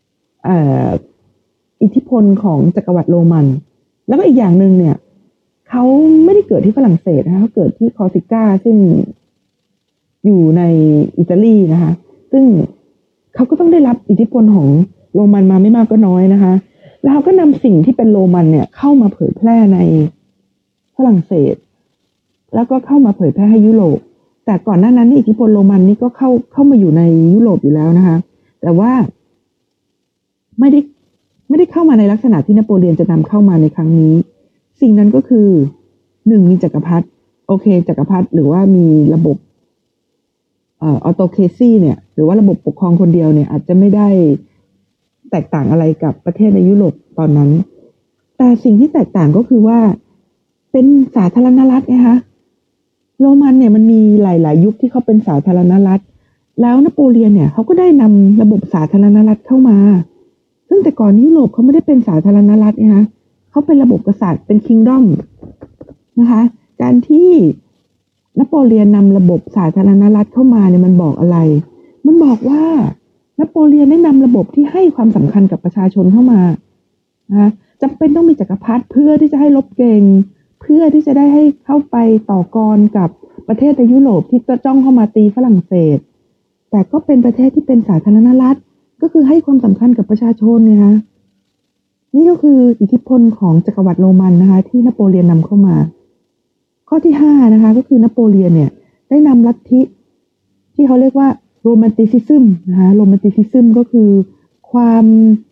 เอ่ออิทธิพลของจักรวรรดิโรมันแล้วก็อีกอย่างหนึ่งเนี่ยเขาไม่ได้เกิดที่ฝรั่งเศสนะคะเขาเกิดที่คอร์ซิก้าซึ่งอยู่ในอิตาลีนะคะซึ่งเขาก็ต้องได้รับอิทธิพลของโรมันมาไม่มากก็น้อยนะคะแล้วเขาก็นำสิ่งที่เป็นโรมันเนี่ยเข้ามาเผยแพร่ในฝรั่งเศสแล้วก็เข้ามาเผยแพร่ให้ยุโรปแต่ก่อนหน้านั้นอิทธิพลโรมันนี่ก็เข้าเข้ามาอยู่ในยุโรปอยู่แล้วนะคะแต่ว่าไม่ได้ไม่ได้เข้ามาในลักษณะที่นโปเลียนจะนำเข้ามาในครั้งนี้สิ่งนั้นก็คือหนึ่งมีจักรพรรดิโอเคจักรพรรดิหรือว่ามีระบบเอ่อออโตเคซีเนี่ยหรือว่าระบบปกครองคนเดียวเนี่ยอาจจะไม่ได้แตกต่างอะไรกับประเทศในยุโรปตอนนั้นแต่สิ่งที่แตกต่างก็คือว่าเป็นสาธารณรัฐไงคะโรมันเนี่ยมันมีหลายๆยุคที่เขาเป็นสาธารณรัฐแล้วนโปเลียนเนี่ยเขาก็ได้นำระบบสาธารณรัฐเข้ามาซึ่งแต่ก่อนยุโรปเขาไม่ได้เป็นสาธารณรัฐนะคะเขาเป็นระบบกษัตริย์เป็นคิงดอมนะคะการที่นโปเลียนนำระบบสาธารณรัฐเข้ามาเนี่ยมันบอกอะไรมันบอกว่านโปเลียนได้นำระบบที่ให้ความสำคัญกับประชาชนเข้ามานะคะจำเป็นต้องมีจักรพรรดิเพื่อที่จะให้รบเก่งเพื่อที่จะได้ให้เข้าไปต่อกรกับประเทศในยุโรปที่จะจ้องเข้ามาตีฝรั่งเศสแต่ก็เป็นประเทศที่เป็นสาธารณรัฐก็คือให้ความสำคัญกับประชาชนไงคะนี่ก็คืออิทธิพลของจักรวรรดิโรมันนะคะที่นโปเลียนนำเข้ามาข้อที่ห้านะคะก็คือนโปเลียนเนี่ยได้นำลัทธิที่เขาเรียกว่าโรแมนติซิซึมนะคะโรแมนติซิซึมก็คือความ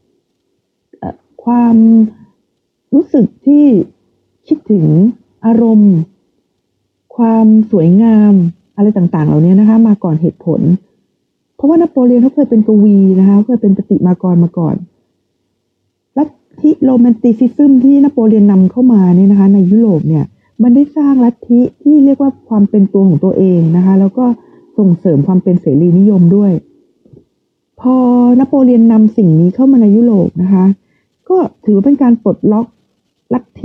ความรู้สึกที่คิดถึงอารมณ์ความสวยงามอะไรต่างๆเหล่านี้นะคะมาก่อนเหตุผลเพราะว่านโปเลียนเขาเคยเป็นกวีนะคะเคยเป็นประติมากรมาก่อนลัทธิโรแมนติซิซึมที่นโปเลียนนำเข้ามาเนี่ยนะคะในยุโรปเนี่ยมันได้สร้างลัทธิที่เรียกว่าความเป็นตัวของตัวเองนะคะแล้วก็ส่งเสริมความเป็นเสรีนิยมด้วยพอนโปเลียนนำสิ่งนี้เข้ามาในยุโรปนะคะก็ถือเป็นการปลดล็อกลัทธิ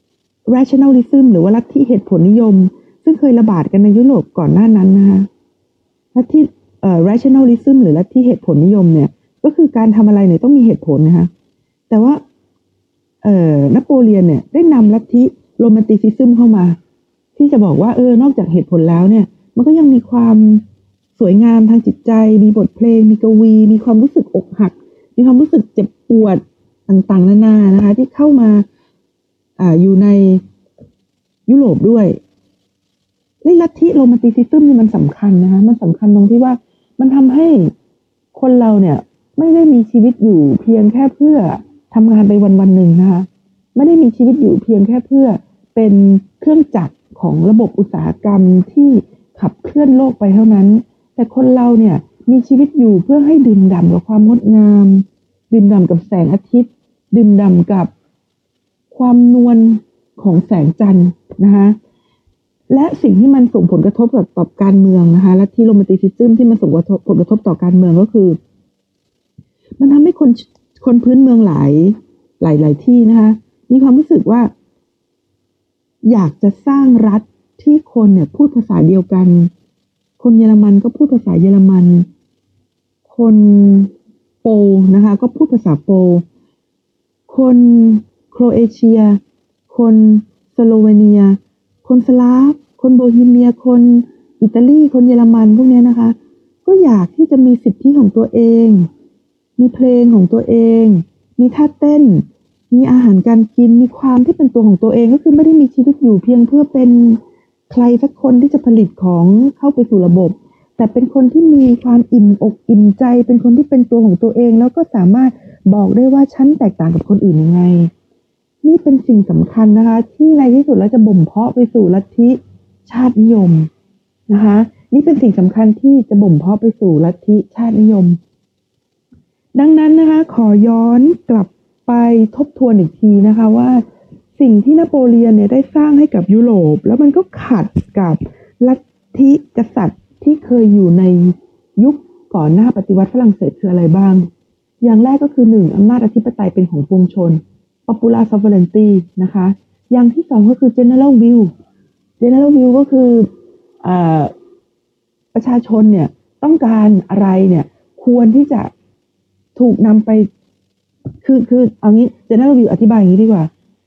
rationalism หรือว่าลัทธิเหตุผลนิยมซึ่งเคยระบาดกันในยุโรปก่อนหน้านั้นนะคะลัทธิเอ่อ rationalism หรือลัทธิเหตุผลนิยมเนี่ยก็คือการทำอะไรเนี่ยต้องมีเหตุผลนะคะแต่ว่าเอ่อนโปเลียนเนี่ยได้นำลัทธิโรแมนติซิซึมเข้ามาที่จะบอกว่าเออนอกจากเหตุผลแล้วเนี่ยมันก็ยังมีความสวยงามทางจิตใจมีบทเพลงมีกวีมีความรู้สึกอกหักมีความรู้สึกเจ็บปวดต่างๆนานานะคะที่เข้ามาอ่าอยู่ในยุโรปด้วยในลัทธิโรแมนติซิซึมนี่มันสำคัญนะคะมันสำคัญตรงที่ว่ามันทำให้คนเราเนี่ยไม่ได้มีชีวิตอยู่เพียงแค่เพื่อทำงานไปวันๆหนึ่งนะคะไม่ได้มีชีวิตอยู่เพียงแค่เพื่อเป็นเครื่องจักรของระบบอุตสาหกรรมที่ขับเคลื่อนโลกไปเท่านั้นแต่คนเราเนี่ยมีชีวิตอยู่เพื่อให้ดื่มด่ำกับความงดงามดื่มด่ำกับแสงอาทิตย์ดื่มด่ำกับความนวลของแสงจันทร์นะคะและสิ่งที่มันส่งผลกระทบกับต่อการเมืองนะคะและที่โรแมนติซิซึมที่มันส่งผลกระทบต่อการเมืองก็คือมันทำให้คนคนพื้นเมืองหลายหลายหลายที่นะคะมีความรู้สึกว่าอยากจะสร้างรัฐที่คนเนี่ยพูดภาษาเดียวกันคนเยอรมันก็พูดภาษาเยอรมันคนโปลนะคะก็พูดภาษาโปลคนโครเอเชียคนสโลเวเนียคนสลาฟคนโบฮีเมียคนอิตาลีคนเยอรมันพวกนี้นะคะก็อยากที่จะมีสิทธิของตัวเองมีเพลงของตัวเองมีท่าเต้นมีอาหารการกินมีความที่เป็นตัวของตัวเองก็คือไม่ได้มีชีวิตอยู่เพียงเพื่อเป็นใครสักคนที่จะผลิตของเข้าไปสู่ระบบแต่เป็นคนที่มีความอิ่มอกอิ่มใจเป็นคนที่เป็นตัวของตัวเองแล้วก็สามารถบอกได้ว่าฉันแตกต่างกับคนอื่นยังไงนี่เป็นสิ่งสำคัญนะคะที่ในที่สุดแล้วจะบ่มเพาะไปสู่ลัทธิชาตินิยมนะคะนี่เป็นสิ่งสำคัญที่จะบ่มเพาะไปสู่ลัทธิชาตินิยมดังนั้นนะคะขอย้อนกลับไปทบทวนอีกทีนะคะว่าสิ่งที่นโปเลียนเนี่ยได้สร้างให้กับยุโรปแล้วมันก็ขัดกับลัทธิกษัตริย์ที่เคยอยู่ในยุคก่อนหน้าปฏิวัติฝรั่งเศสคืออะไรบ้างอย่างแรกก็คือหนึ่งอำนาจอธิปไตยเป็นของปวงชน popular sovereignty นะคะอย่างที่สองก็คือ general will general will ก็คืออ่าประชาชนเนี่ยต้องการอะไรเนี่ยควรที่จะถูกนำไปคือคือเอางี้ general will อธิบายอย่างนี้ดีกว่า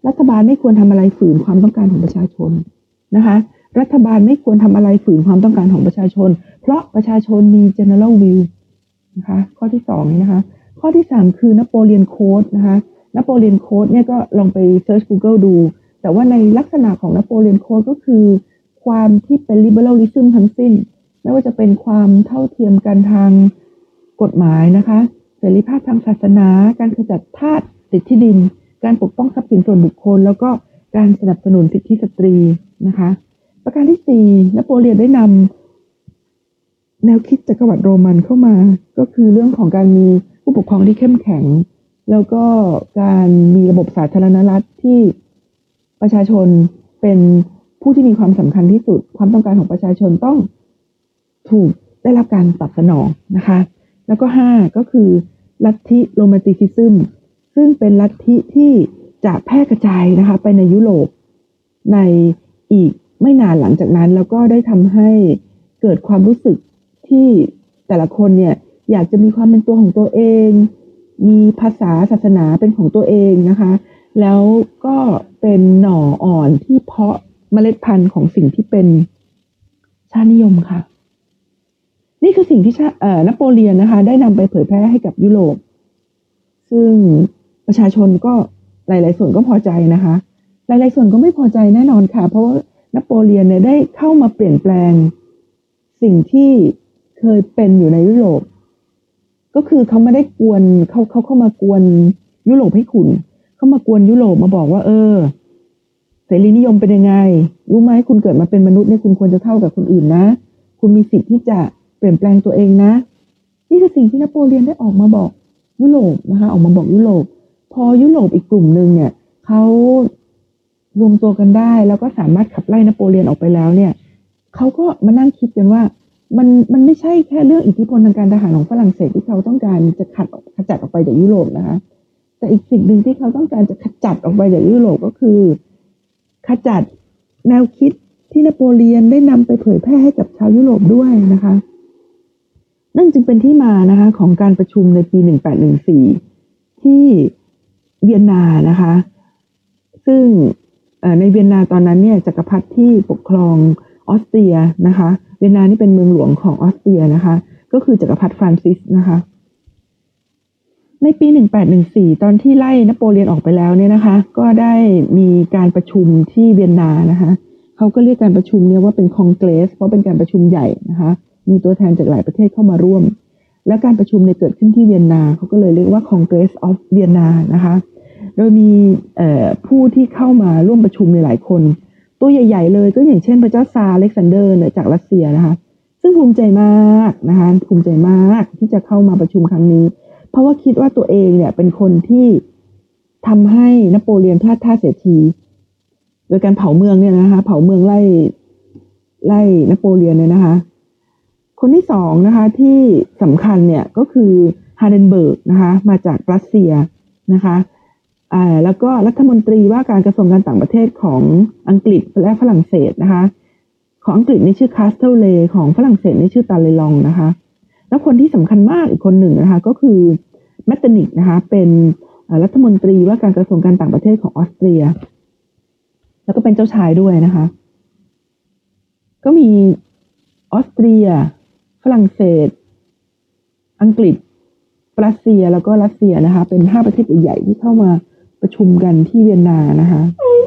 รัฐบาลไม่ควรทำอะไรฝืนความต้องการของประชาชนนะคะรัฐบาลไม่ควรทำอะไรฝืนความต้องการของประชาชนเพราะประชาชนมี general view นะคะข้อที่สองนี้นะคะข้อที่สามคือนโปเลียนโค้ดนะคะนโปเลียนโค้ดเนี่ยก็ลองไปเซิร์ช Google ดูแต่ว่าในลักษณะของนโปเลียนโค้ดก็คือความที่เป็น liberalism ทั้งสิ้นไม่ว่าจะเป็นความเท่าเทียมกันทางกฎหมายนะคะเสรีภาพทางศาสนาการขจัดทาสติดที่ดินการปกป้องทรัพย์สินส่วนบุคคลแล้วก็การสนับสนุนสิทธิสตรีนะคะประการที่สี่นโปเลียนได้นำแนวคิดจักรวรรดิโรมันเข้ามาก็คือเรื่องของการมีผู้ปกครองที่เข้มแข็งแล้วก็การมีระบบสาธารณรัฐที่ประชาชนเป็นผู้ที่มีความสำคัญที่สุดความต้องการของประชาชนต้องถูกได้รับการตอบสนองนะคะแล้วก็ห้าก็คือลัทธิโรแมนติซิซึมซึ่งเป็นลัทธิที่จะแพร่กระจายนะคะไปในยุโรปในอีกไม่นานหลังจากนั้นแล้วก็ได้ทำให้เกิดความรู้สึกที่แต่ละคนเนี่ยอยากจะมีความเป็นตัวของตัวเองมีภาษาศาสนาเป็นของตัวเองนะคะแล้วก็เป็นหน่ออ่อนที่เพาะเมล็ดพันธุ์ของสิ่งที่เป็นชาตินิยมค่ะนี่คือสิ่งที่เอ่อนโปเลียนนะคะได้นำไปเผยแพร่ให้กับยุโรปซึ่งประชาชนก็หลายๆส่วนก็พอใจนะคะหลายๆส่วนก็ไม่พอใจแน่นอนค่ะเพราะว่านโปเลียนเนี่ยได้เข้ามาเปลี่ยนแปลงสิ่งที่เคยเป็นอยู่ในยุโรปก็คือเขาไม่ได้กวนเขาเขาเข้ามากวนยุโรปให้ขุ่นเข้ามากวนยุโรปมาบอกว่าเออเสรีนิยมเป็นยังไงรู้ไหมคุณเกิดมาเป็นมนุษย์เนี่ยคุณควรจะเท่ากับคนอื่นนะคุณมีสิทธิ์ที่จะเปลี่ยนแปลงตัวเองนะนี่คือสิ่งที่นโปเลียนได้ออกมาบอกยุโรปนะคะออกมาบอกยุโรปพอยุโรปอีกกลุ่มนึงเนี่ยเขารวมตัวกันได้แล้วก็สามารถขับไล่นโปเลียนออกไปแล้วเนี่ยเขาก็มานั่งคิดกันว่ามันมันไม่ใช่แค่เรื่องอิทธิพลทางการทหารของฝรั่งเศสที่เขาต้องการจะขัดขจัดออกไปจากยุโรปนะคะแต่อีกสิ่งหนึ่งที่เขาต้องการจะขจัดออกไปจากยุโรปก็คือขจัดแนวคิดที่นโปเลียนได้นำไปเผยแพร่ให้กับชาวยุโรปด้วยนะคะนั่นจึงเป็นที่มานะคะของการประชุมในปีหนึ่งแปดหนึ่งสี่ที่เวียนนานะคะซึ่งในเวียนนาตอนนั้นเนี่ยจักรพรรดิที่ปกครองออสเตรียนะคะเวียนนานี่เป็นเมืองหลวงของออสเตรียนะคะก็คือจักรพรรดิฟรานซิสนะคะในปีหนึ่งแปดหนึ่งสี่ตอนที่ไล่นโปเลียนออกไปแล้วเนี่ยนะคะก็ได้มีการประชุมที่เวียนนานะคะเขาก็เรียกการประชุมเนี่ยว่าเป็นคองเกรสเพราะเป็นการประชุมใหญ่นะคะมีตัวแทนจากหลายประเทศเข้ามาร่วมและการประชุมเนี่ยเกิดขึ้นที่เวียนนาเขาก็เลยเรียกว่า Congress of Vienna นะคะโดยมีผู้ที่เข้ามาร่วมประชุมในหลายคนตัวใหญ่ๆเลยก็อย่างเช่นพระเจ้าซาร์อเล็กซานเดอร์เนี่ยจากรัสเซียนะคะซึ่งภูมิใจมากนะคะภูมิใจมากที่จะเข้ามาประชุมครั้งนี้เพราะว่าคิดว่าตัวเองเนี่ยเป็นคนที่ทำให้นโปเลียนพลาดท่าเสียทีโดยการเผาเมืองเนี่ยนะคะเผาเมืองไล่ไล่นโปเลียนเนี่ยนะคะคนที่สองนะคะที่สำคัญเนี่ยก็คือฮาเดนเบิร์กนะคะมาจากรัสเซียนะคะอ่าแล้วก็รัฐมนตรีว่าการกระทรวงการต่างประเทศของอังกฤษและฝรั่งเศสนะคะของอังกฤษนี่ชื่อคาสเทลเลของฝรั่งเศสนี่ชื่อตาเลลองนะคะแล้วคนที่สำคัญมากอีกคนหนึ่งนะคะก็คือแมตเตนิกนะคะเป็นรัฐมนตรีว่าการกระทรวงการต่างประเทศของออสเตรียแล้วก็เป็นเจ้าชายด้วยนะคะก็มีออสเตรียฝรั่งเศสอังกฤษรัสเซียแล้วก็รัสเซียนะคะเป็นห้าประเทศใหญ่ๆที่เข้ามาประชุมกันที่เวียนนานะคะ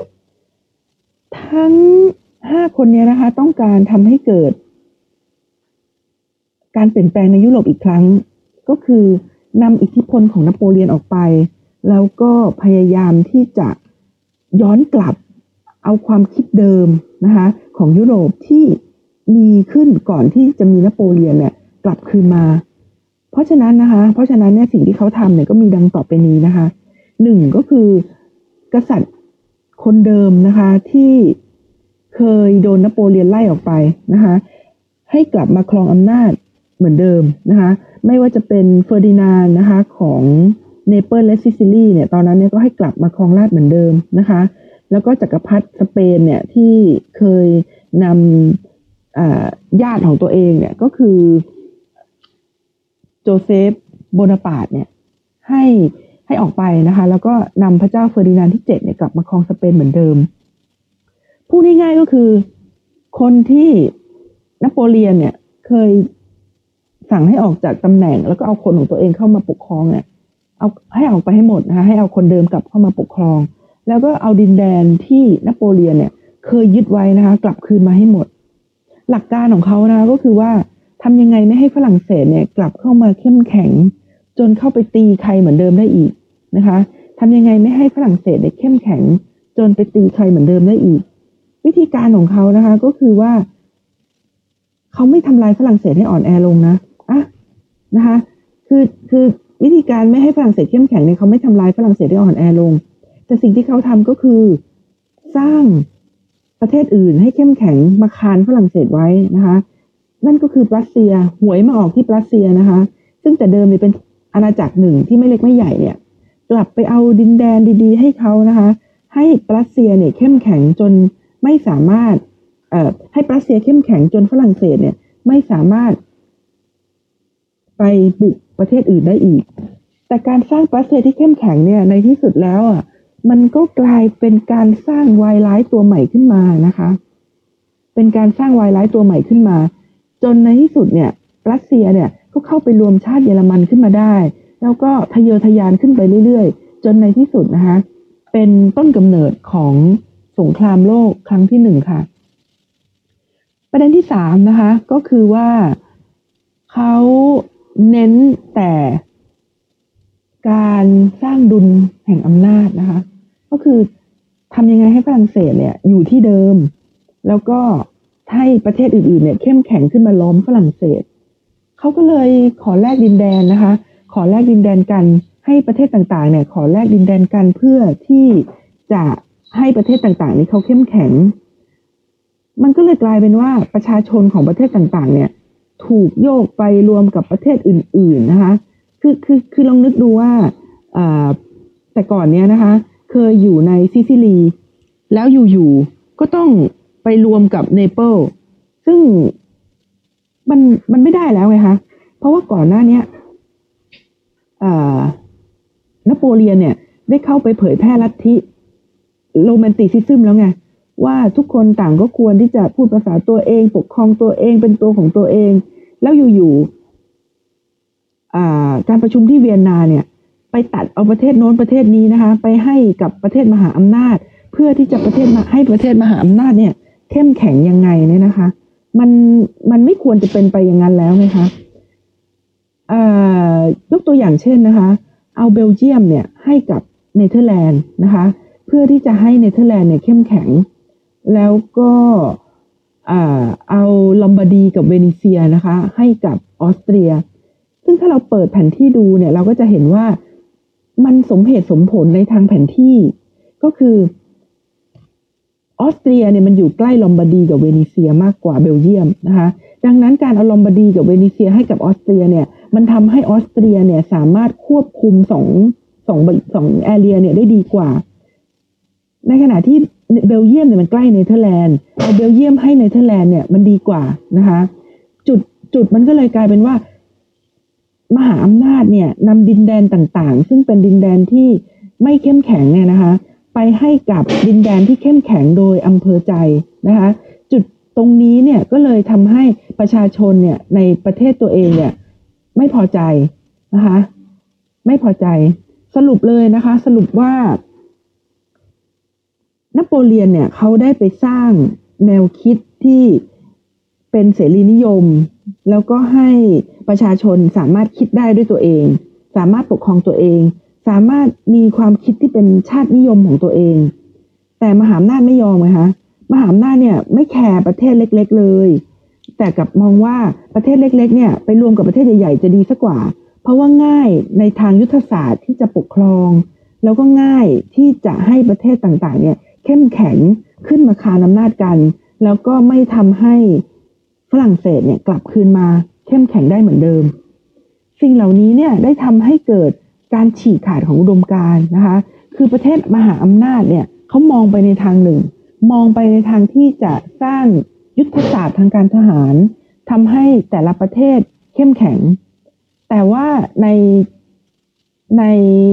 ทั้งห้าคนนี้นะคะต้องการทำให้เกิดการเปลี่ยนแปลงในยุโรปอีกครั้งก็คือนำอิทธิพลของนโปเลียนออกไปแล้วก็พยายามที่จะย้อนกลับเอาความคิดเดิมนะคะของยุโรปที่มีขึ้นก่อนที่จะมีนโปเลียนเนี่ยกลับคืนมาเพราะฉะนั้นนะคะเพราะฉะนั้นเนี่ยสิ่งที่เขาทำเนี่ยก็มีดังต่อไปนี้นะคะหนึ่งก็คือกษัตริย์คนเดิมนะคะที่เคยโดนนโปเลียนไล่ออกไปนะคะให้กลับมาครองอำนาจเหมือนเดิมนะคะไม่ว่าจะเป็นเฟอร์ดินานด์นะคะของเนเปิลและซิซิลีเนี่ยตอนนั้นเนี่ยก็ให้กลับมาครองราชย์เหมือนเดิมนะคะแล้วก็จักรพรรดิสเปนเนี่ยที่เคยนำญาติของตัวเองเนี่ยก็คือโจเซฟโบนาปาร์ตเนี่ยให้ให้ออกไปนะคะแล้วก็นำพระเจ้าเฟอร์ดินานด์ที่เจ็ดเนี่ยกลับมาครองสเปนเหมือนเดิมพูดง่ายๆก็คือคนที่นโปเลียนเนี่ยเคยสั่งให้ออกจากตำแหน่งแล้วก็เอาคนของตัวเองเข้ามาปกครองเนี่ยเอาให้ออกไปให้หมดนะคะให้เอาคนเดิมกลับเข้ามาปกครองแล้วก็เอาดินแดนที่นโปเลียนเนี่ยเคยยึดไว้นะคะกลับคืนมาให้หมดหลักการของเขานะก็คือว่าทำยังไงไม่ให้ฝรั่งเศสเนี่ยกลับเข้ามาเข้มแข็งจนเข้าไปตีใครเหมือนเดิมได้อีกนะคะทำยังไงไม่ให้ฝรั่งเศสเนี่ยเข้มแข็งจนไปตีใครเหมือนเดิมได้อีกวิธีการของเขานะคะก็คือว่าเขาไม่ทำลายฝรั่งเศสให้อ่อนแอลงนะอ่ะนะคะคือคือวิธีการไม่ให้ฝรั่งเศสเข้มแข็งเนี่ยเขาไม่ทำลายฝรั่งเศสให้อ่อนแอลงแต่สิ่งที่เขาทำก็คือสร้างประเทศอื่นให้เข้มแข็งมาคานฝรั่งเศสไว้นะคะนั่นก็คือปรัสเซียหวยมาออกที่ปรัสเซียนะคะซึ่งแต่เดิมเนี่ยเป็นอาณาจักรหนึ่งที่ไม่เล็กไม่ใหญ่เนี่ยกลับไปเอาดินแดนดีๆให้เขานะคะให้ปรัสเซียเนี่ยเข้มแข็งจนไม่สามารถเอ่อให้ปรัสเซียเข้มแข็งจนฝรั่งเศสเนี่ยไม่สามารถไปบุกประเทศอื่นได้อีกแต่การสร้างปรัสเซียที่เข้มแข็งเนี่ยในที่สุดแล้วอ่ะมันก็กลายเป็นการสร้างวายร้ายตัวใหม่ขึ้นมานะคะเป็นการสร้างวายร้ายตัวใหม่ขึ้นมาจนในที่สุดเนี่ยรัสเซียเนี่ยก็เข้าไปรวมชาติเยอรมันขึ้นมาได้แล้วก็ทะเยอทะยานขึ้นไปเรื่อยๆจนในที่สุดนะคะเป็นต้นกำเนิดของสงครามโลกครั้งที่หนึ่งค่ะประเด็นที่สามนะคะก็คือว่าเขาเน้นแต่การสร้างดุลแห่งอำนาจนะคะก็คือทำยังไงให้ฝรั่งเศสเนี่ยอยู่ที่เดิมแล้วก็ให้ประเทศอื่นๆเนี่ยเข้มแข็งขึ้นมาล้อมฝรั่งเศสเขาก็เลยขอแลกดินแดนนะคะขอแลกดินแดนกันให้ประเทศต่างๆเนี่ยขอแลกดินแดนกันเพื่อที่จะให้ประเทศต่างๆนี้เขาเข้มแข็งมันก็เลยกลายเป็นว่าประชาชนของประเทศต่างๆเนี่ยถูกโยกไปรวมกับประเทศอื่นๆนะคะคือคือคือลองนึกดูว่าแต่ก่อนเนี้ยนะคะเคยอยู่ในซิซิลีแล้วอยู่ๆก็ต้องไปรวมกับเนเปิลซึ่งมันมันไม่ได้แล้วไงคะเพราะว่าก่อนหน้านี้นโปเลียนเนี่ยได้เข้าไปเผยแพร่ลัทธิโรแมนติซิซึมแล้วไงว่าทุกคนต่างก็ควรที่จะพูดภาษาตัวเองปกครองตัวเองเป็นตัวของตัวเองแล้วอยู่ๆการประชุมที่เวียนนาเนี่ยไปตัดเอาประเทศโน้นประเทศนี้นะคะไปให้กับประเทศมหาอำนาจเพื่อที่จะประเทศมาให้ประเทศมหาอำนาจเนี่ยเข้มแข็งยังไงเนี่ยนะคะมันมันไม่ควรจะเป็นไปอย่างนั้นแล้วไหมคะยกตัวอย่างเช่นนะคะเอาเบลเยียมเนี่ยให้กับเนเธอร์แลนด์นะคะเพื่อที่จะให้เนเธอร์แลนด์เนี่ยเข้มแข็งแล้วก็เอาลอมบาร์ดีกับเวนิเซียนะคะให้กับออสเตรียซึ่งถ้าเราเปิดแผนที่ดูเนี่ยเราก็จะเห็นว่ามันสมเหตุสมผลในทางแผนที่ก็คือออสเตรียเนี่ยมันอยู่ใกล้ลอมบาร์ดีกับเวนิเซียมากกว่าเบลเยียมนะคะดังนั้นการเอาลอมบาร์ดีกับเวนิเซียให้กับออสเตรียเนี่ยมันทำให้ออสเตรียเนี่ยสามารถควบคุมสองสองสองแอเรียเนี่ยได้ดีกว่าในขณะที่เบลเยียมเนี่ยมันใกล้เนเธอร์แลนด์เอาเบลเยียมให้เนเธอร์แลนด์เนี่ยมันดีกว่านะคะจุดจุดมันก็เลยกลายเป็นว่ามหาอำนาจเนี่ยนำดินแดนต่างๆซึ่งเป็นดินแดนที่ไม่เข้มแข็งเนี่ยนะคะไปให้กับดินแดนที่เข้มแข็งโดยอำเภอใจนะคะจุดตรงนี้เนี่ยก็เลยทำให้ประชาชนเนี่ยในประเทศตัวเองเนี่ยไม่พอใจนะคะไม่พอใจสรุปเลยนะคะสรุปว่านโปเลียนเนี่ยเขาได้ไปสร้างแนวคิดที่เป็นเสรีนิยมแล้วก็ให้ประชาชนสามารถคิดได้ด้วยตัวเองสามารถปกครองตัวเองสามารถมีความคิดที่เป็นชาตินิยมของตัวเองแต่มหาอำนาจไม่ยอมไงคะมหาอำนาจเนี่ยไม่แคร์ประเทศเล็กๆเลยแต่กลับมองว่าประเทศเล็กๆเนี่ยไปรวมกับประเทศใหญ่ๆจะดีสักกว่าเพราะว่าง่ายในทางยุทธศาสตร์ที่จะปกครองแล้วก็ง่ายที่จะให้ประเทศต่างๆเนี่ยเข้มแข็งขึ้นมาคานอำนาจกันแล้วก็ไม่ทำให้ฝรั่งเศสเนี่ยกลับคืนมาเข้มแข็งได้เหมือนเดิมสิ่งเหล่านี้เนี่ยได้ทำให้เกิดการฉีกขาดของอุดมการณ์นะคะคือประเทศมหาอำนาจเนี่ยเขามองไปในทางหนึ่งมองไปในทางที่จะสร้างยุทธศาสตร์ทางการทหารทำให้แต่ละประเทศเข้มแข็งแต่ว่าในใน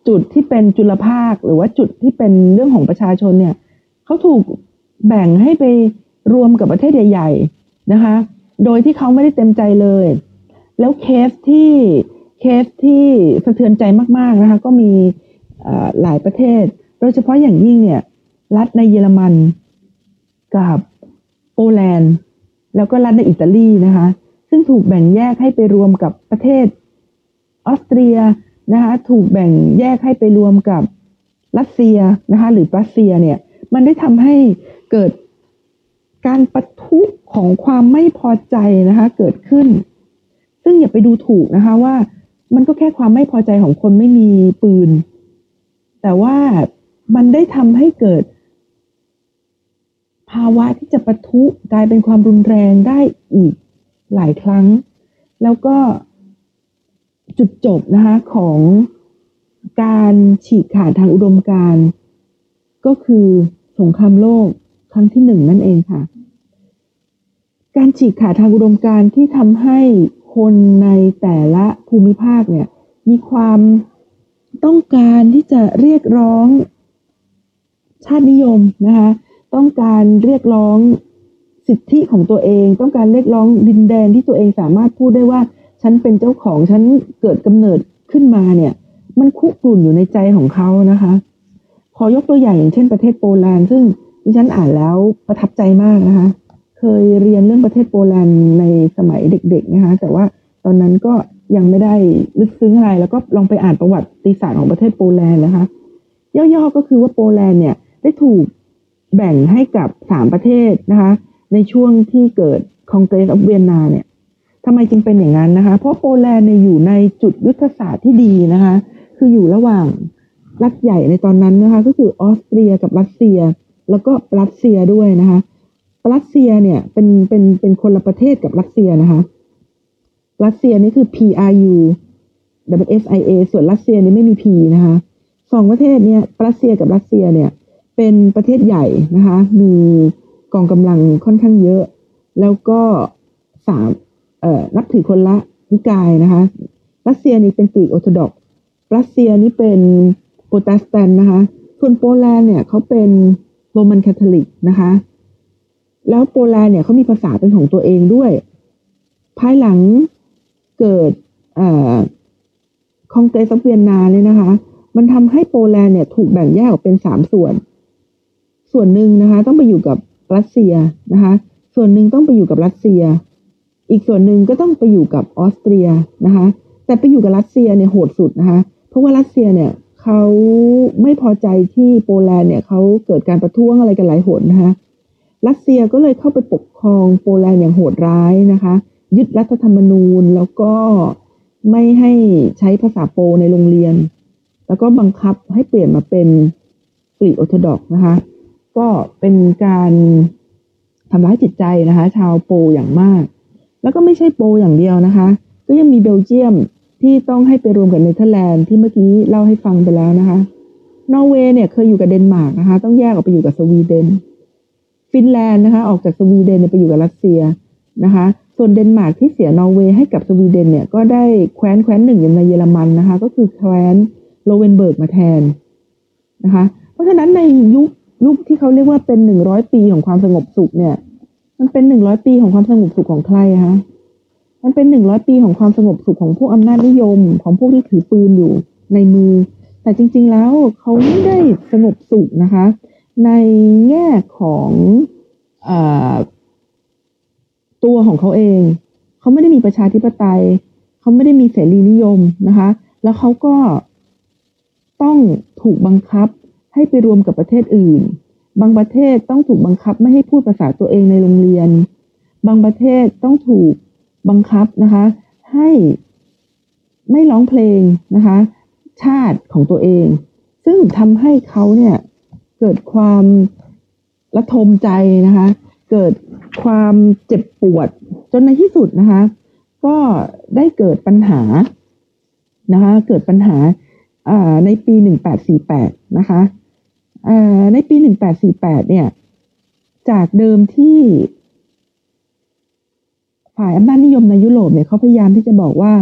จุดที่เป็นจุลภาคหรือว่าจุดที่เป็นเรื่องของประชาชนเนี่ยเขาถูกแบ่งให้ไปรวมกับประเทศใหญ่ๆนะคะโดยที่เขาไม่ได้เต็มใจเลยแล้วเคสที่เคสที่สะเทือนใจมากๆนะคะก็มีหลายประเทศโดยเฉพาะอย่างยิ่งเนี่ยรัฐในเยอรมันกับโปแลนด์แล้วก็รัฐในอิตาลีนะคะซึ่งถูกแบ่งแยกให้ไปรวมกับประเทศออสเตรียนะคะถูกแบ่งแยกให้ไปรวมกับรัสเซียนะคะหรือรัสเซียเนี่ยมันได้ทำให้เกิดการปะทุของความไม่พอใจนะคะเกิดขึ้นซึ่งอย่าไปดูถูกนะคะว่ามันก็แค่ความไม่พอใจของคนไม่มีปืนแต่ว่ามันได้ทำให้เกิดภาวะที่จะปะทุกลายเป็นความรุนแรงได้อีกหลายครั้งแล้วก็จุดจบนะคะของการฉีกขาดทางอุดมการณ์ก็คือสงครามโลกครั้งที่หนึ่งนั่นเองค่ะการฉีกขาดทางอุดมการณ์ที่ทำให้คนในแต่ละภูมิภาคเนี่ยมีความต้องการที่จะเรียกร้องชาตินิยมนะคะต้องการเรียกร้องสิทธิของตัวเองต้องการเรียกร้องดินแดนที่ตัวเองสามารถพูดได้ว่าฉันเป็นเจ้าของฉันเกิดกำเนิดขึ้นมาเนี่ยมันคุกรุ่นอยู่ในใจของเขานะคะขอยกตัวอย่างอย่างเช่นประเทศโปแลนด์ซึ่งดิฉันอ่านแล้วประทับใจมากนะคะเคยเรียนเรื่องประเทศโปแลนด์ในสมัยเด็กๆนะคะแต่ว่าตอนนั้นก็ยังไม่ได้ลึกซึ้งอะไรแล้วก็ลองไปอ่านประวัติศาสตร์ของประเทศโปแลนด์นะคะย่อๆก็คือว่าโปแลนด์เนี่ยได้ถูกแบ่งให้กับสามประเทศนะคะในช่วงที่เกิด Congress of Vienna เนี่ยทำไมจึงเป็นอย่างนั้นนะคะเพราะโปแลนด์เนี่ยอยู่ในจุดยุทธศาสตร์ที่ดีนะคะคืออยู่ระหว่างรัฐใหญ่ในตอนนั้นนะคะก็คือออสเตรียกับรัสเซียแล้วก็รัสเซียด้วยนะคะรัสเซียเนี่ยเป็นเป็นเป็นคนละประเทศกับรัสเซียนะคะรัสเซียนี่คือ พี อาร์ ยู ดับเบิลยู เอส ไอ เอ ส่วนรัสเซียนี่ไม่มี P นะคะสองประเทศเนี่ยรัสเซียกับรัสเซียเนี่ยเป็นประเทศใหญ่นะคะมีกองกำลังค่อนข้างเยอะแล้วก็สามเอ่อนับถือคนละนิกายนะคะรัสเซียนี่เป็นกรีกออร์โธดอกซ์รัสเซียนี่เป็นโปรเตสแตนต์นะคะส่วนโปแลนด์เนี่ยเขาเป็นโรมันคาทอลิกนะคะแล้วโปแลนด์เนี่ยเขามีภาษาเป็นของตัวเองด้วยภายหลังเกิดเอ่อคองเกรส of เวียนนาเนี่ยนะคะมันทำให้โปแลนด์เนี่ยถูกแบ่งแยกออกเป็นสามส่วนส่วนหนึ่งนะคะต้องไปอยู่กับรัสเซียนะคะส่วนหนึ่งต้องไปอยู่กับรัสเซียอีกส่วนหนึ่งก็ต้องไปอยู่กับออสเตรียนะคะแต่ไปอยู่กับรัสเซียเนี่ยโหดสุดนะคะเพราะว่ารัสเซียเนี่ยเขาไม่พอใจที่โปแลนด์เนี่ยเขาเกิดการประท้วงอะไรกันหลายหนนะคะรัสเซียก็เลยเข้าไปปกครองโปแลนด์อย่างโหดร้ายนะคะยึดรัฐธรรมนูญแล้วก็ไม่ให้ใช้ภาษาโปในโรงเรียนแล้วก็บังคับให้เปลี่ยนมาเป็นกรีกออร์โธดอกซ์นะคะก็เป็นการทำร้ายจิตใจนะคะชาวโปอย่างมากแล้วก็ไม่ใช่โปอย่างเดียวนะคะก็ยังมีเบลเยียมที่ต้องให้ไปรวมกับเนเธอร์แลนด์ที่เมื่อกี้เล่าให้ฟังไปแล้วนะคะนอร์เวย์เนี่ยเคยอยู่กับเดนมาร์กนะคะต้องแยกออกไปอยู่กับสวีเดนฟินแลนด์นะคะออกจากสวีเดนไปอยู่กับรัสเซียนะคะส่วนเดนมาร์กที่เสียนอร์เวย์ให้กับสวีเดนเนี่ยก็ได้แคว้นแคว้นหนึ่งในเยอรมันนะคะก็คือแคว้นโลเวนเบิร์กมาแทนนะคะเพราะฉะนั้นในยุคยุคที่เขาเรียกว่าเป็นหนึ่งร้อยปีของความสงบสุขเนี่ยมันเป็นหนึ่งร้อยปีของความสงบสุขของใครคะมันเป็นหนึ่งร้อยปีของความสงบสุขของพวกอำนาจนิยมของพวกที่ถือปืนอยู่ในมือแต่จริงๆแล้วเขาไม่ได้สงบสุขนะคะในแง่ของเอ่อตัวของเขาเองเขาไม่ได้มีประชาธิปไตยเขาไม่ได้มีเสรีนิยมนะคะแล้วเขาก็ต้องถูกบังคับให้ไปรวมกับประเทศอื่นบางประเทศต้องถูกบังคับไม่ให้พูดภาษาตัวเองในโรงเรียนบางประเทศต้องถูกบังคับนะคะให้ไม่ร้องเพลงนะคะชาติของตัวเองซึ่งทำให้เขาเนี่ยเกิดความระทมใจนะคะเกิดความเจ็บปวดจนในที่สุดนะคะก็ได้เกิดปัญหานะคะเกิดปัญหาในปีหนึ่งแปดสี่แปดนะคะในปีหนึ่งแปดสี่แปดเนี่ยจากเดิมที่ฝ่ายอำนาจนิยมในยุโรปเนี่ยเขาพยายามที่จะบอกว่า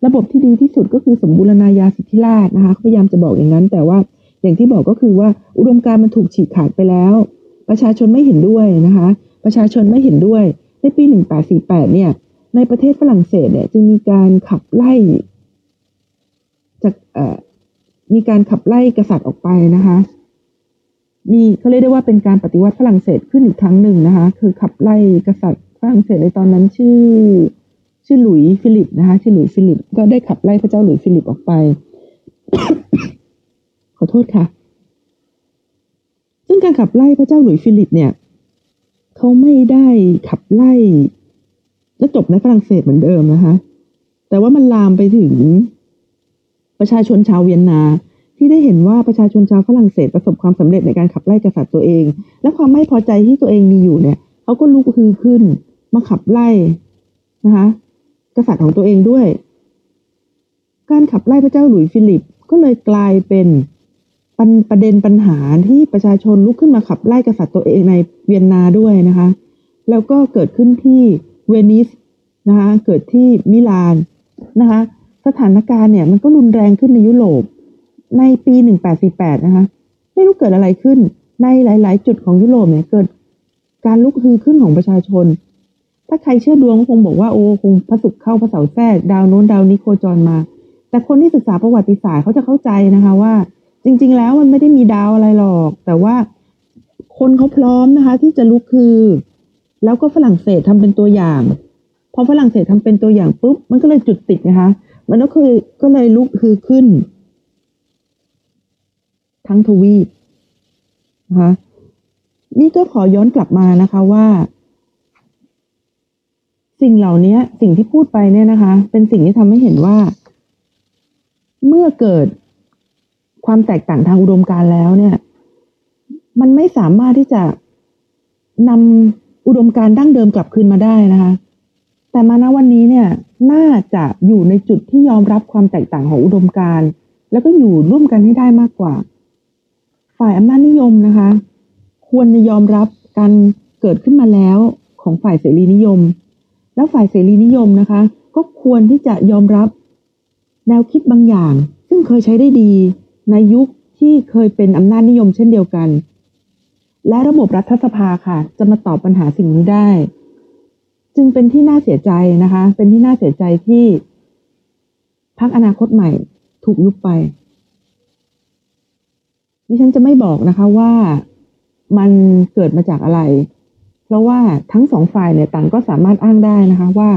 ระบบที่ดีที่สุดก็คือสมบูรณาญาสิทธิราชย์นะคะเขาพยายามจะบอกอย่างนั้นแต่ว่าอย่างที่บอกก็คือว่าอุดมการณ์มันถูกฉีกขาดไปแล้วประชาชนไม่เห็นด้วยนะคะประชาชนไม่เห็นด้วยในปีหนึ่งแปดสี่แปดเนี่ยในประเทศฝรั่งเศสเนี่ยจึงมีการขับไล่จากเอ่อมีการขับไล่กษัตริย์ออกไปนะคะมีเขาเรียกได้ว่าเป็นการปฏิวัติฝรั่งเศสขึ้นอีกครั้งหนึ่งนะคะคือขับไล่กษัตริย์ฝรั่งเศสในตอนนั้นชื่อชื่อหลุยส์ฟิลิปนะคะชื่อหลุยส์ฟิลิปก็ได้ขับไล่พระเจ้าหลุยส์ฟิลิปออกไป ขอโทษค่ะซึ่งการขับไล่พระเจ้าหลุยส์ฟิลิปเนี่ยเขาไม่ได้ขับไล่และจบในฝรั่งเศสเหมือนเดิมนะคะแต่ว่ามันลามไปถึงประชาชนชาวเวียนนาที่ได้เห็นว่าประชาชนชาวฝรั่งเศสประสบความสำเร็จในการขับไล่กษัตริย์ตัวเองและความไม่พอใจที่ตัวเองมีอยู่เนี่ยเขาก็ลุกฮือขึ้นมาขับไล่นะคะกษัตริย์ของตัวเองด้วยการขับไล่พระเจ้าหลุยส์ฟิลิปก็เลยกลายเป็นประเด็นปัญหาที่ประชาชนลุกขึ้นมาขับไล่กษัตริย์ตัวเองในเวียนนาด้วยนะคะแล้วก็เกิดขึ้นที่เวนิสนะคะเกิดที่มิลานนะคะสถานการณ์เนี่ยมันก็รุนแรงขึ้นในยุโรปในปีหนึ่งแปดสี่แปดนะคะไม่รู้เกิดอะไรขึ้นในหลายๆจุดของยุโรปเนี่ยเกิดการลุกฮือขึ้นของประชาชนถ้าใครเชื่อดวงคงบอกว่าโอ้คงพระศุกร์เข้าพระเสาร์แทรกดาวโน้นดาวนี้โคจรมาแต่คนที่ศึกษาประวัติศาสตร์เขาจะเข้าใจนะคะว่าจริงๆแล้วมันไม่ได้มีดาวอะไรหรอกแต่ว่าคนเขาพร้อมนะคะที่จะลุกฮือแล้วก็ฝรั่งเศสทำเป็นตัวอย่างพอฝรั่งเศสทำเป็นตัวอย่างปุ๊บมันก็เลยจุดติดนะคะมันก็คือก็เลยลุกฮือขึ้นทั้งทวีปนะคะนี่ก็ขอย้อนกลับมานะคะว่าสิ่งเหล่านี้สิ่งที่พูดไปเนี่ยนะคะเป็นสิ่งที่ทำให้เห็นว่าเมื่อเกิดความแตกต่างทางอุดมการณ์แล้วเนี่ยมันไม่สามารถที่จะนำอุดมการณ์ดั้งเดิมกลับคืนมาได้นะคะแต่มาณวันนี้เนี่ยน่าจะอยู่ในจุดที่ยอมรับความแตกต่างของอุดมการณ์แล้วก็อยู่ร่วมกันให้ได้มากกว่าฝ่ายอำนาจนิยมนะคะควรจะยอมรับการเกิดขึ้นมาแล้วของฝ่ายเสรีนิยมแล้วฝ่ายเสรีนิยมนะคะก็ควรที่จะยอมรับแนวคิดบางอย่างซึ่งเคยใช้ได้ดีในยุคที่เคยเป็นอำนาจนิยมเช่นเดียวกันและระบบรัฐสภาค่ะจะมาตอบปัญหาสิ่งนี้ได้จึงเป็นที่น่าเสียใจนะคะเป็นที่น่าเสียใจที่พรรคอนาคตใหม่ถูกยุบไปดิฉันจะไม่บอกนะคะว่ามันเกิดมาจากอะไรเพราะว่าทั้งสองฝ่ายเนี่ยต่างก็สามารถอ้างได้นะคะว่า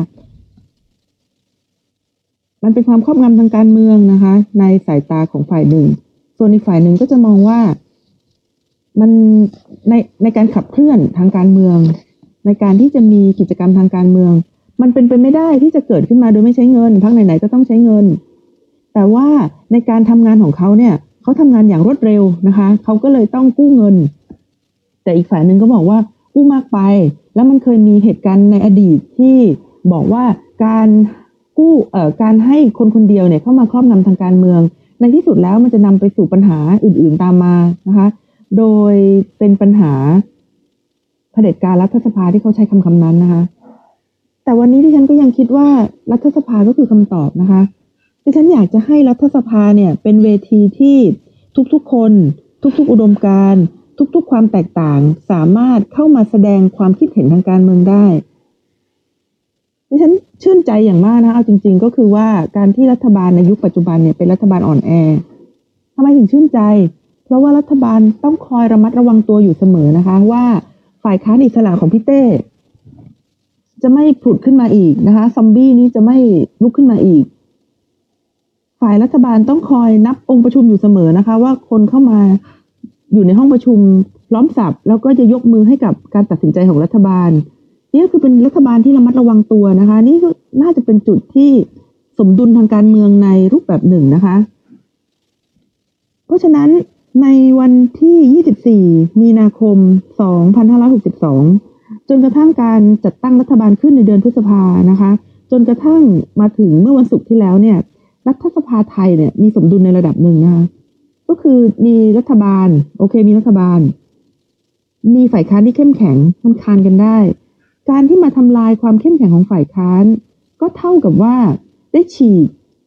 มันเป็นความครอบงำทางการเมืองนะคะในสายตาของฝ่ายหนึ่งส่วนอีกฝ่ายหนึ่งก็จะมองว่ามันในในการขับเคลื่อนทางการเมืองในการที่จะมีกิจกรรมทางการเมืองมันเป็นไปไม่ได้ที่จะเกิดขึ้นมาโดยไม่ใช้เงินพรรคไหนๆก็ต้องใช้เงินแต่ว่าในการทำงานของเขาเนี่ยเขาทำงานอย่างรวดเร็วนะคะเขาก็เลยต้องกู้เงินแต่อีกฝ่ายหนึ่งก็บอกว่ากู้มากไปแล้วมันเคยมีเหตุการณ์ในอดีตที่บอกว่าการกู้เอ่อการให้คนคนเดียวเนี่ยเข้ามาครอบงำทางการเมืองในที่สุดแล้วมันจะนำไปสู่ปัญหาอื่นๆตามมานะคะโดยเป็นปัญหาเผด็จการรัฐสภาที่เขาใช้คำคำนั้นนะคะแต่วันนี้ที่ฉันก็ยังคิดว่ารัฐสภาก็คือคำตอบนะคะที่ฉันอยากจะให้รัฐสภาเนี่ยเป็นเวทีที่ทุกๆคนทุกๆอุดมการณ์ทุกๆความแตกต่างสามารถเข้ามาแสดงความคิดเห็นทางการเมืองได้ดิฉันชื่นใจอย่างมากนะเอาจริงๆก็คือว่าการที่รัฐบาลในยุคปัจจุบันเนี่ยเป็นรัฐบาลอ่อนแอทำไมถึงชื่นใจเพราะว่ารัฐบาลต้องคอยระมัดระวังตัวอยู่เสมอนะคะว่าฝ่ายค้านอิสระของพี่เต้จะไม่ผุดขึ้นมาอีกนะคะซอมบี้นี้จะไม่ลุกขึ้นมาอีกฝ่ายรัฐบาลต้องคอยนับองค์ประชุมอยู่เสมอนะคะว่าคนเข้ามาอยู่ในห้องประชุมพร้อมสับแล้วก็จะยกมือให้กับการตัดสินใจของรัฐบาลนี่ก็คือเป็นรัฐบาลที่ระมัดระวังตัวนะคะนี่ก็น่าจะเป็นจุดที่สมดุลทางการเมืองในรูปแบบหนึ่งนะคะเพราะฉะนั้นในวันที่ยี่สิบสี่มีนาคมสองพันห้าร้อยหกสิบสองจนกระทั่งการจัดตั้งรัฐบาลขึ้นในเดือนพฤษภานะคะจนกระทั่งมาถึงเมื่อวันศุกร์ที่แล้วเนี่ยรัฐสภาไทยเนี่ยมีสมดุลในระดับหนึ่งนะคะก็คือมีรัฐบาลโอเคมีรัฐบาลมีฝ่ายค้านที่เข้มแข็งมันคานกันได้การที่มาทำลายความเข้มแข็งของฝ่ายค้านก็เท่ากับว่าได้ฉีก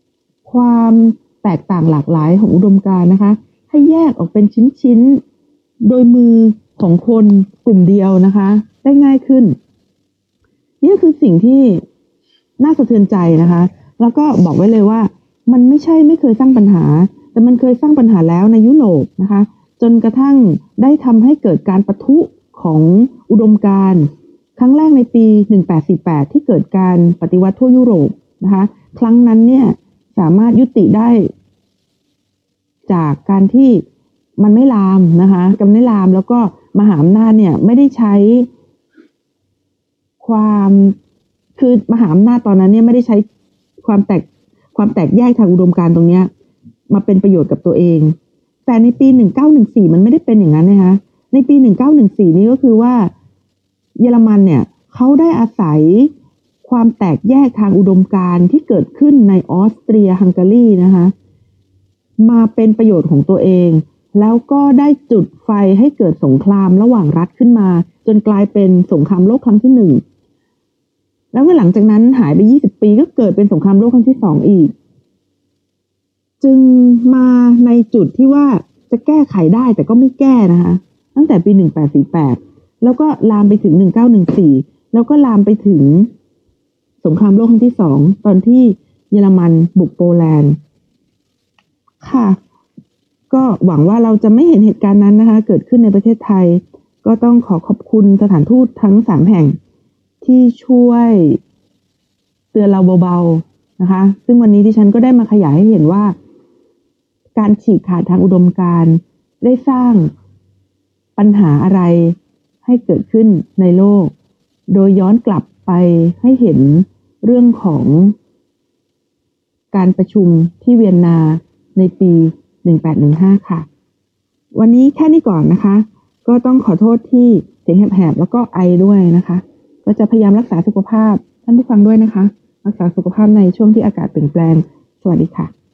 ความแตกต่างหลากหลายของอุดมการณ์นะคะให้แยกออกเป็นชิ้นๆโดยมือของคนกลุ่มเดียวนะคะได้ง่ายขึ้นนี่คือสิ่งที่น่าสะเทือนใจนะคะแล้วก็บอกไว้เลยว่ามันไม่ใช่ไม่เคยสร้างปัญหาแต่มันเคยสร้างปัญหาแล้วในยุโรปนะคะจนกระทั่งได้ทำให้เกิดการปะทุของอุดมการณ์ครั้งแรกในปีหนึ่งพันแปดร้อยสี่สิบแปดที่เกิดการปฏิวัติทั่วยุโรปนะคะครั้งนั้นเนี่ยสามารถยุติได้จากการที่มันไม่ลามนะคะกำไม่ลามแล้วก็มหาอำนาจเนี่ยไม่ได้ใช้ความคือมหาอำนาจตอนนั้นเนี่ยไม่ได้ใช้ความแตกความแตกแยกทางอุดมการณ์ตรงเนี้ยมาเป็นประโยชน์กับตัวเองแต่ในปีหนึ่งพันเก้าร้อยสิบสี่มันไม่ได้เป็นอย่างนั้นนะคะในปีหนึ่งพันเก้าร้อยสิบสี่นี้ก็คือว่าเยอรมันเนี่ยเขาได้อาศัยความแตกแยกทางอุดมการณ์ที่เกิดขึ้นในออสเตรียฮังการีนะคะมาเป็นประโยชน์ของตัวเองแล้วก็ได้จุดไฟให้เกิดสงครามระหว่างรัฐขึ้นมาจนกลายเป็นสงครามโลกครั้งที่หนึ่งแล้วเมื่อหลังจากนั้นหายไปยี่สิบปีก็เกิดเป็นสงครามโลกครั้งที่สองอีกจึงมาในจุดที่ว่าจะแก้ไขได้แต่ก็ไม่แก้นะคะตั้งแต่ปีหนึ่งพันแปดร้อยสี่สิบแปดแล้วก็ลามไปถึงหนึ่งพันเก้าร้อยสิบสี่แล้วก็ลามไปถึงสงครามโลกครั้งที่สองตอนที่เยอรมันบุกโปแลนด์ค่ะก็หวังว่าเราจะไม่เห็นเหตุการณ์นั้นนะคะเกิดขึ้นในประเทศไทยก็ต้องขอขอบคุณสถานทูตทั้งสามแห่งที่ช่วยเตือนเราเบาๆนะคะซึ่งวันนี้ที่ฉันก็ได้มาขยายให้เห็นว่าการฉีกขาดทางอุดมการณ์ได้สร้างปัญหาอะไรให้เกิดขึ้นในโลกโดยย้อนกลับไปให้เห็นเรื่องของการประชุมที่เวียนนาในปีหนึ่งพันแปดร้อยสิบห้าค่ะวันนี้แค่นี้ก่อนนะคะก็ต้องขอโทษที่เสียงแหบๆแล้วก็ไอด้วยนะคะก็จะพยายามรักษาสุขภาพท่านผู้ฟังด้วยนะคะรักษาสุขภาพในช่วงที่อากาศเปลี่ยนแปลงสวัสดีค่ะ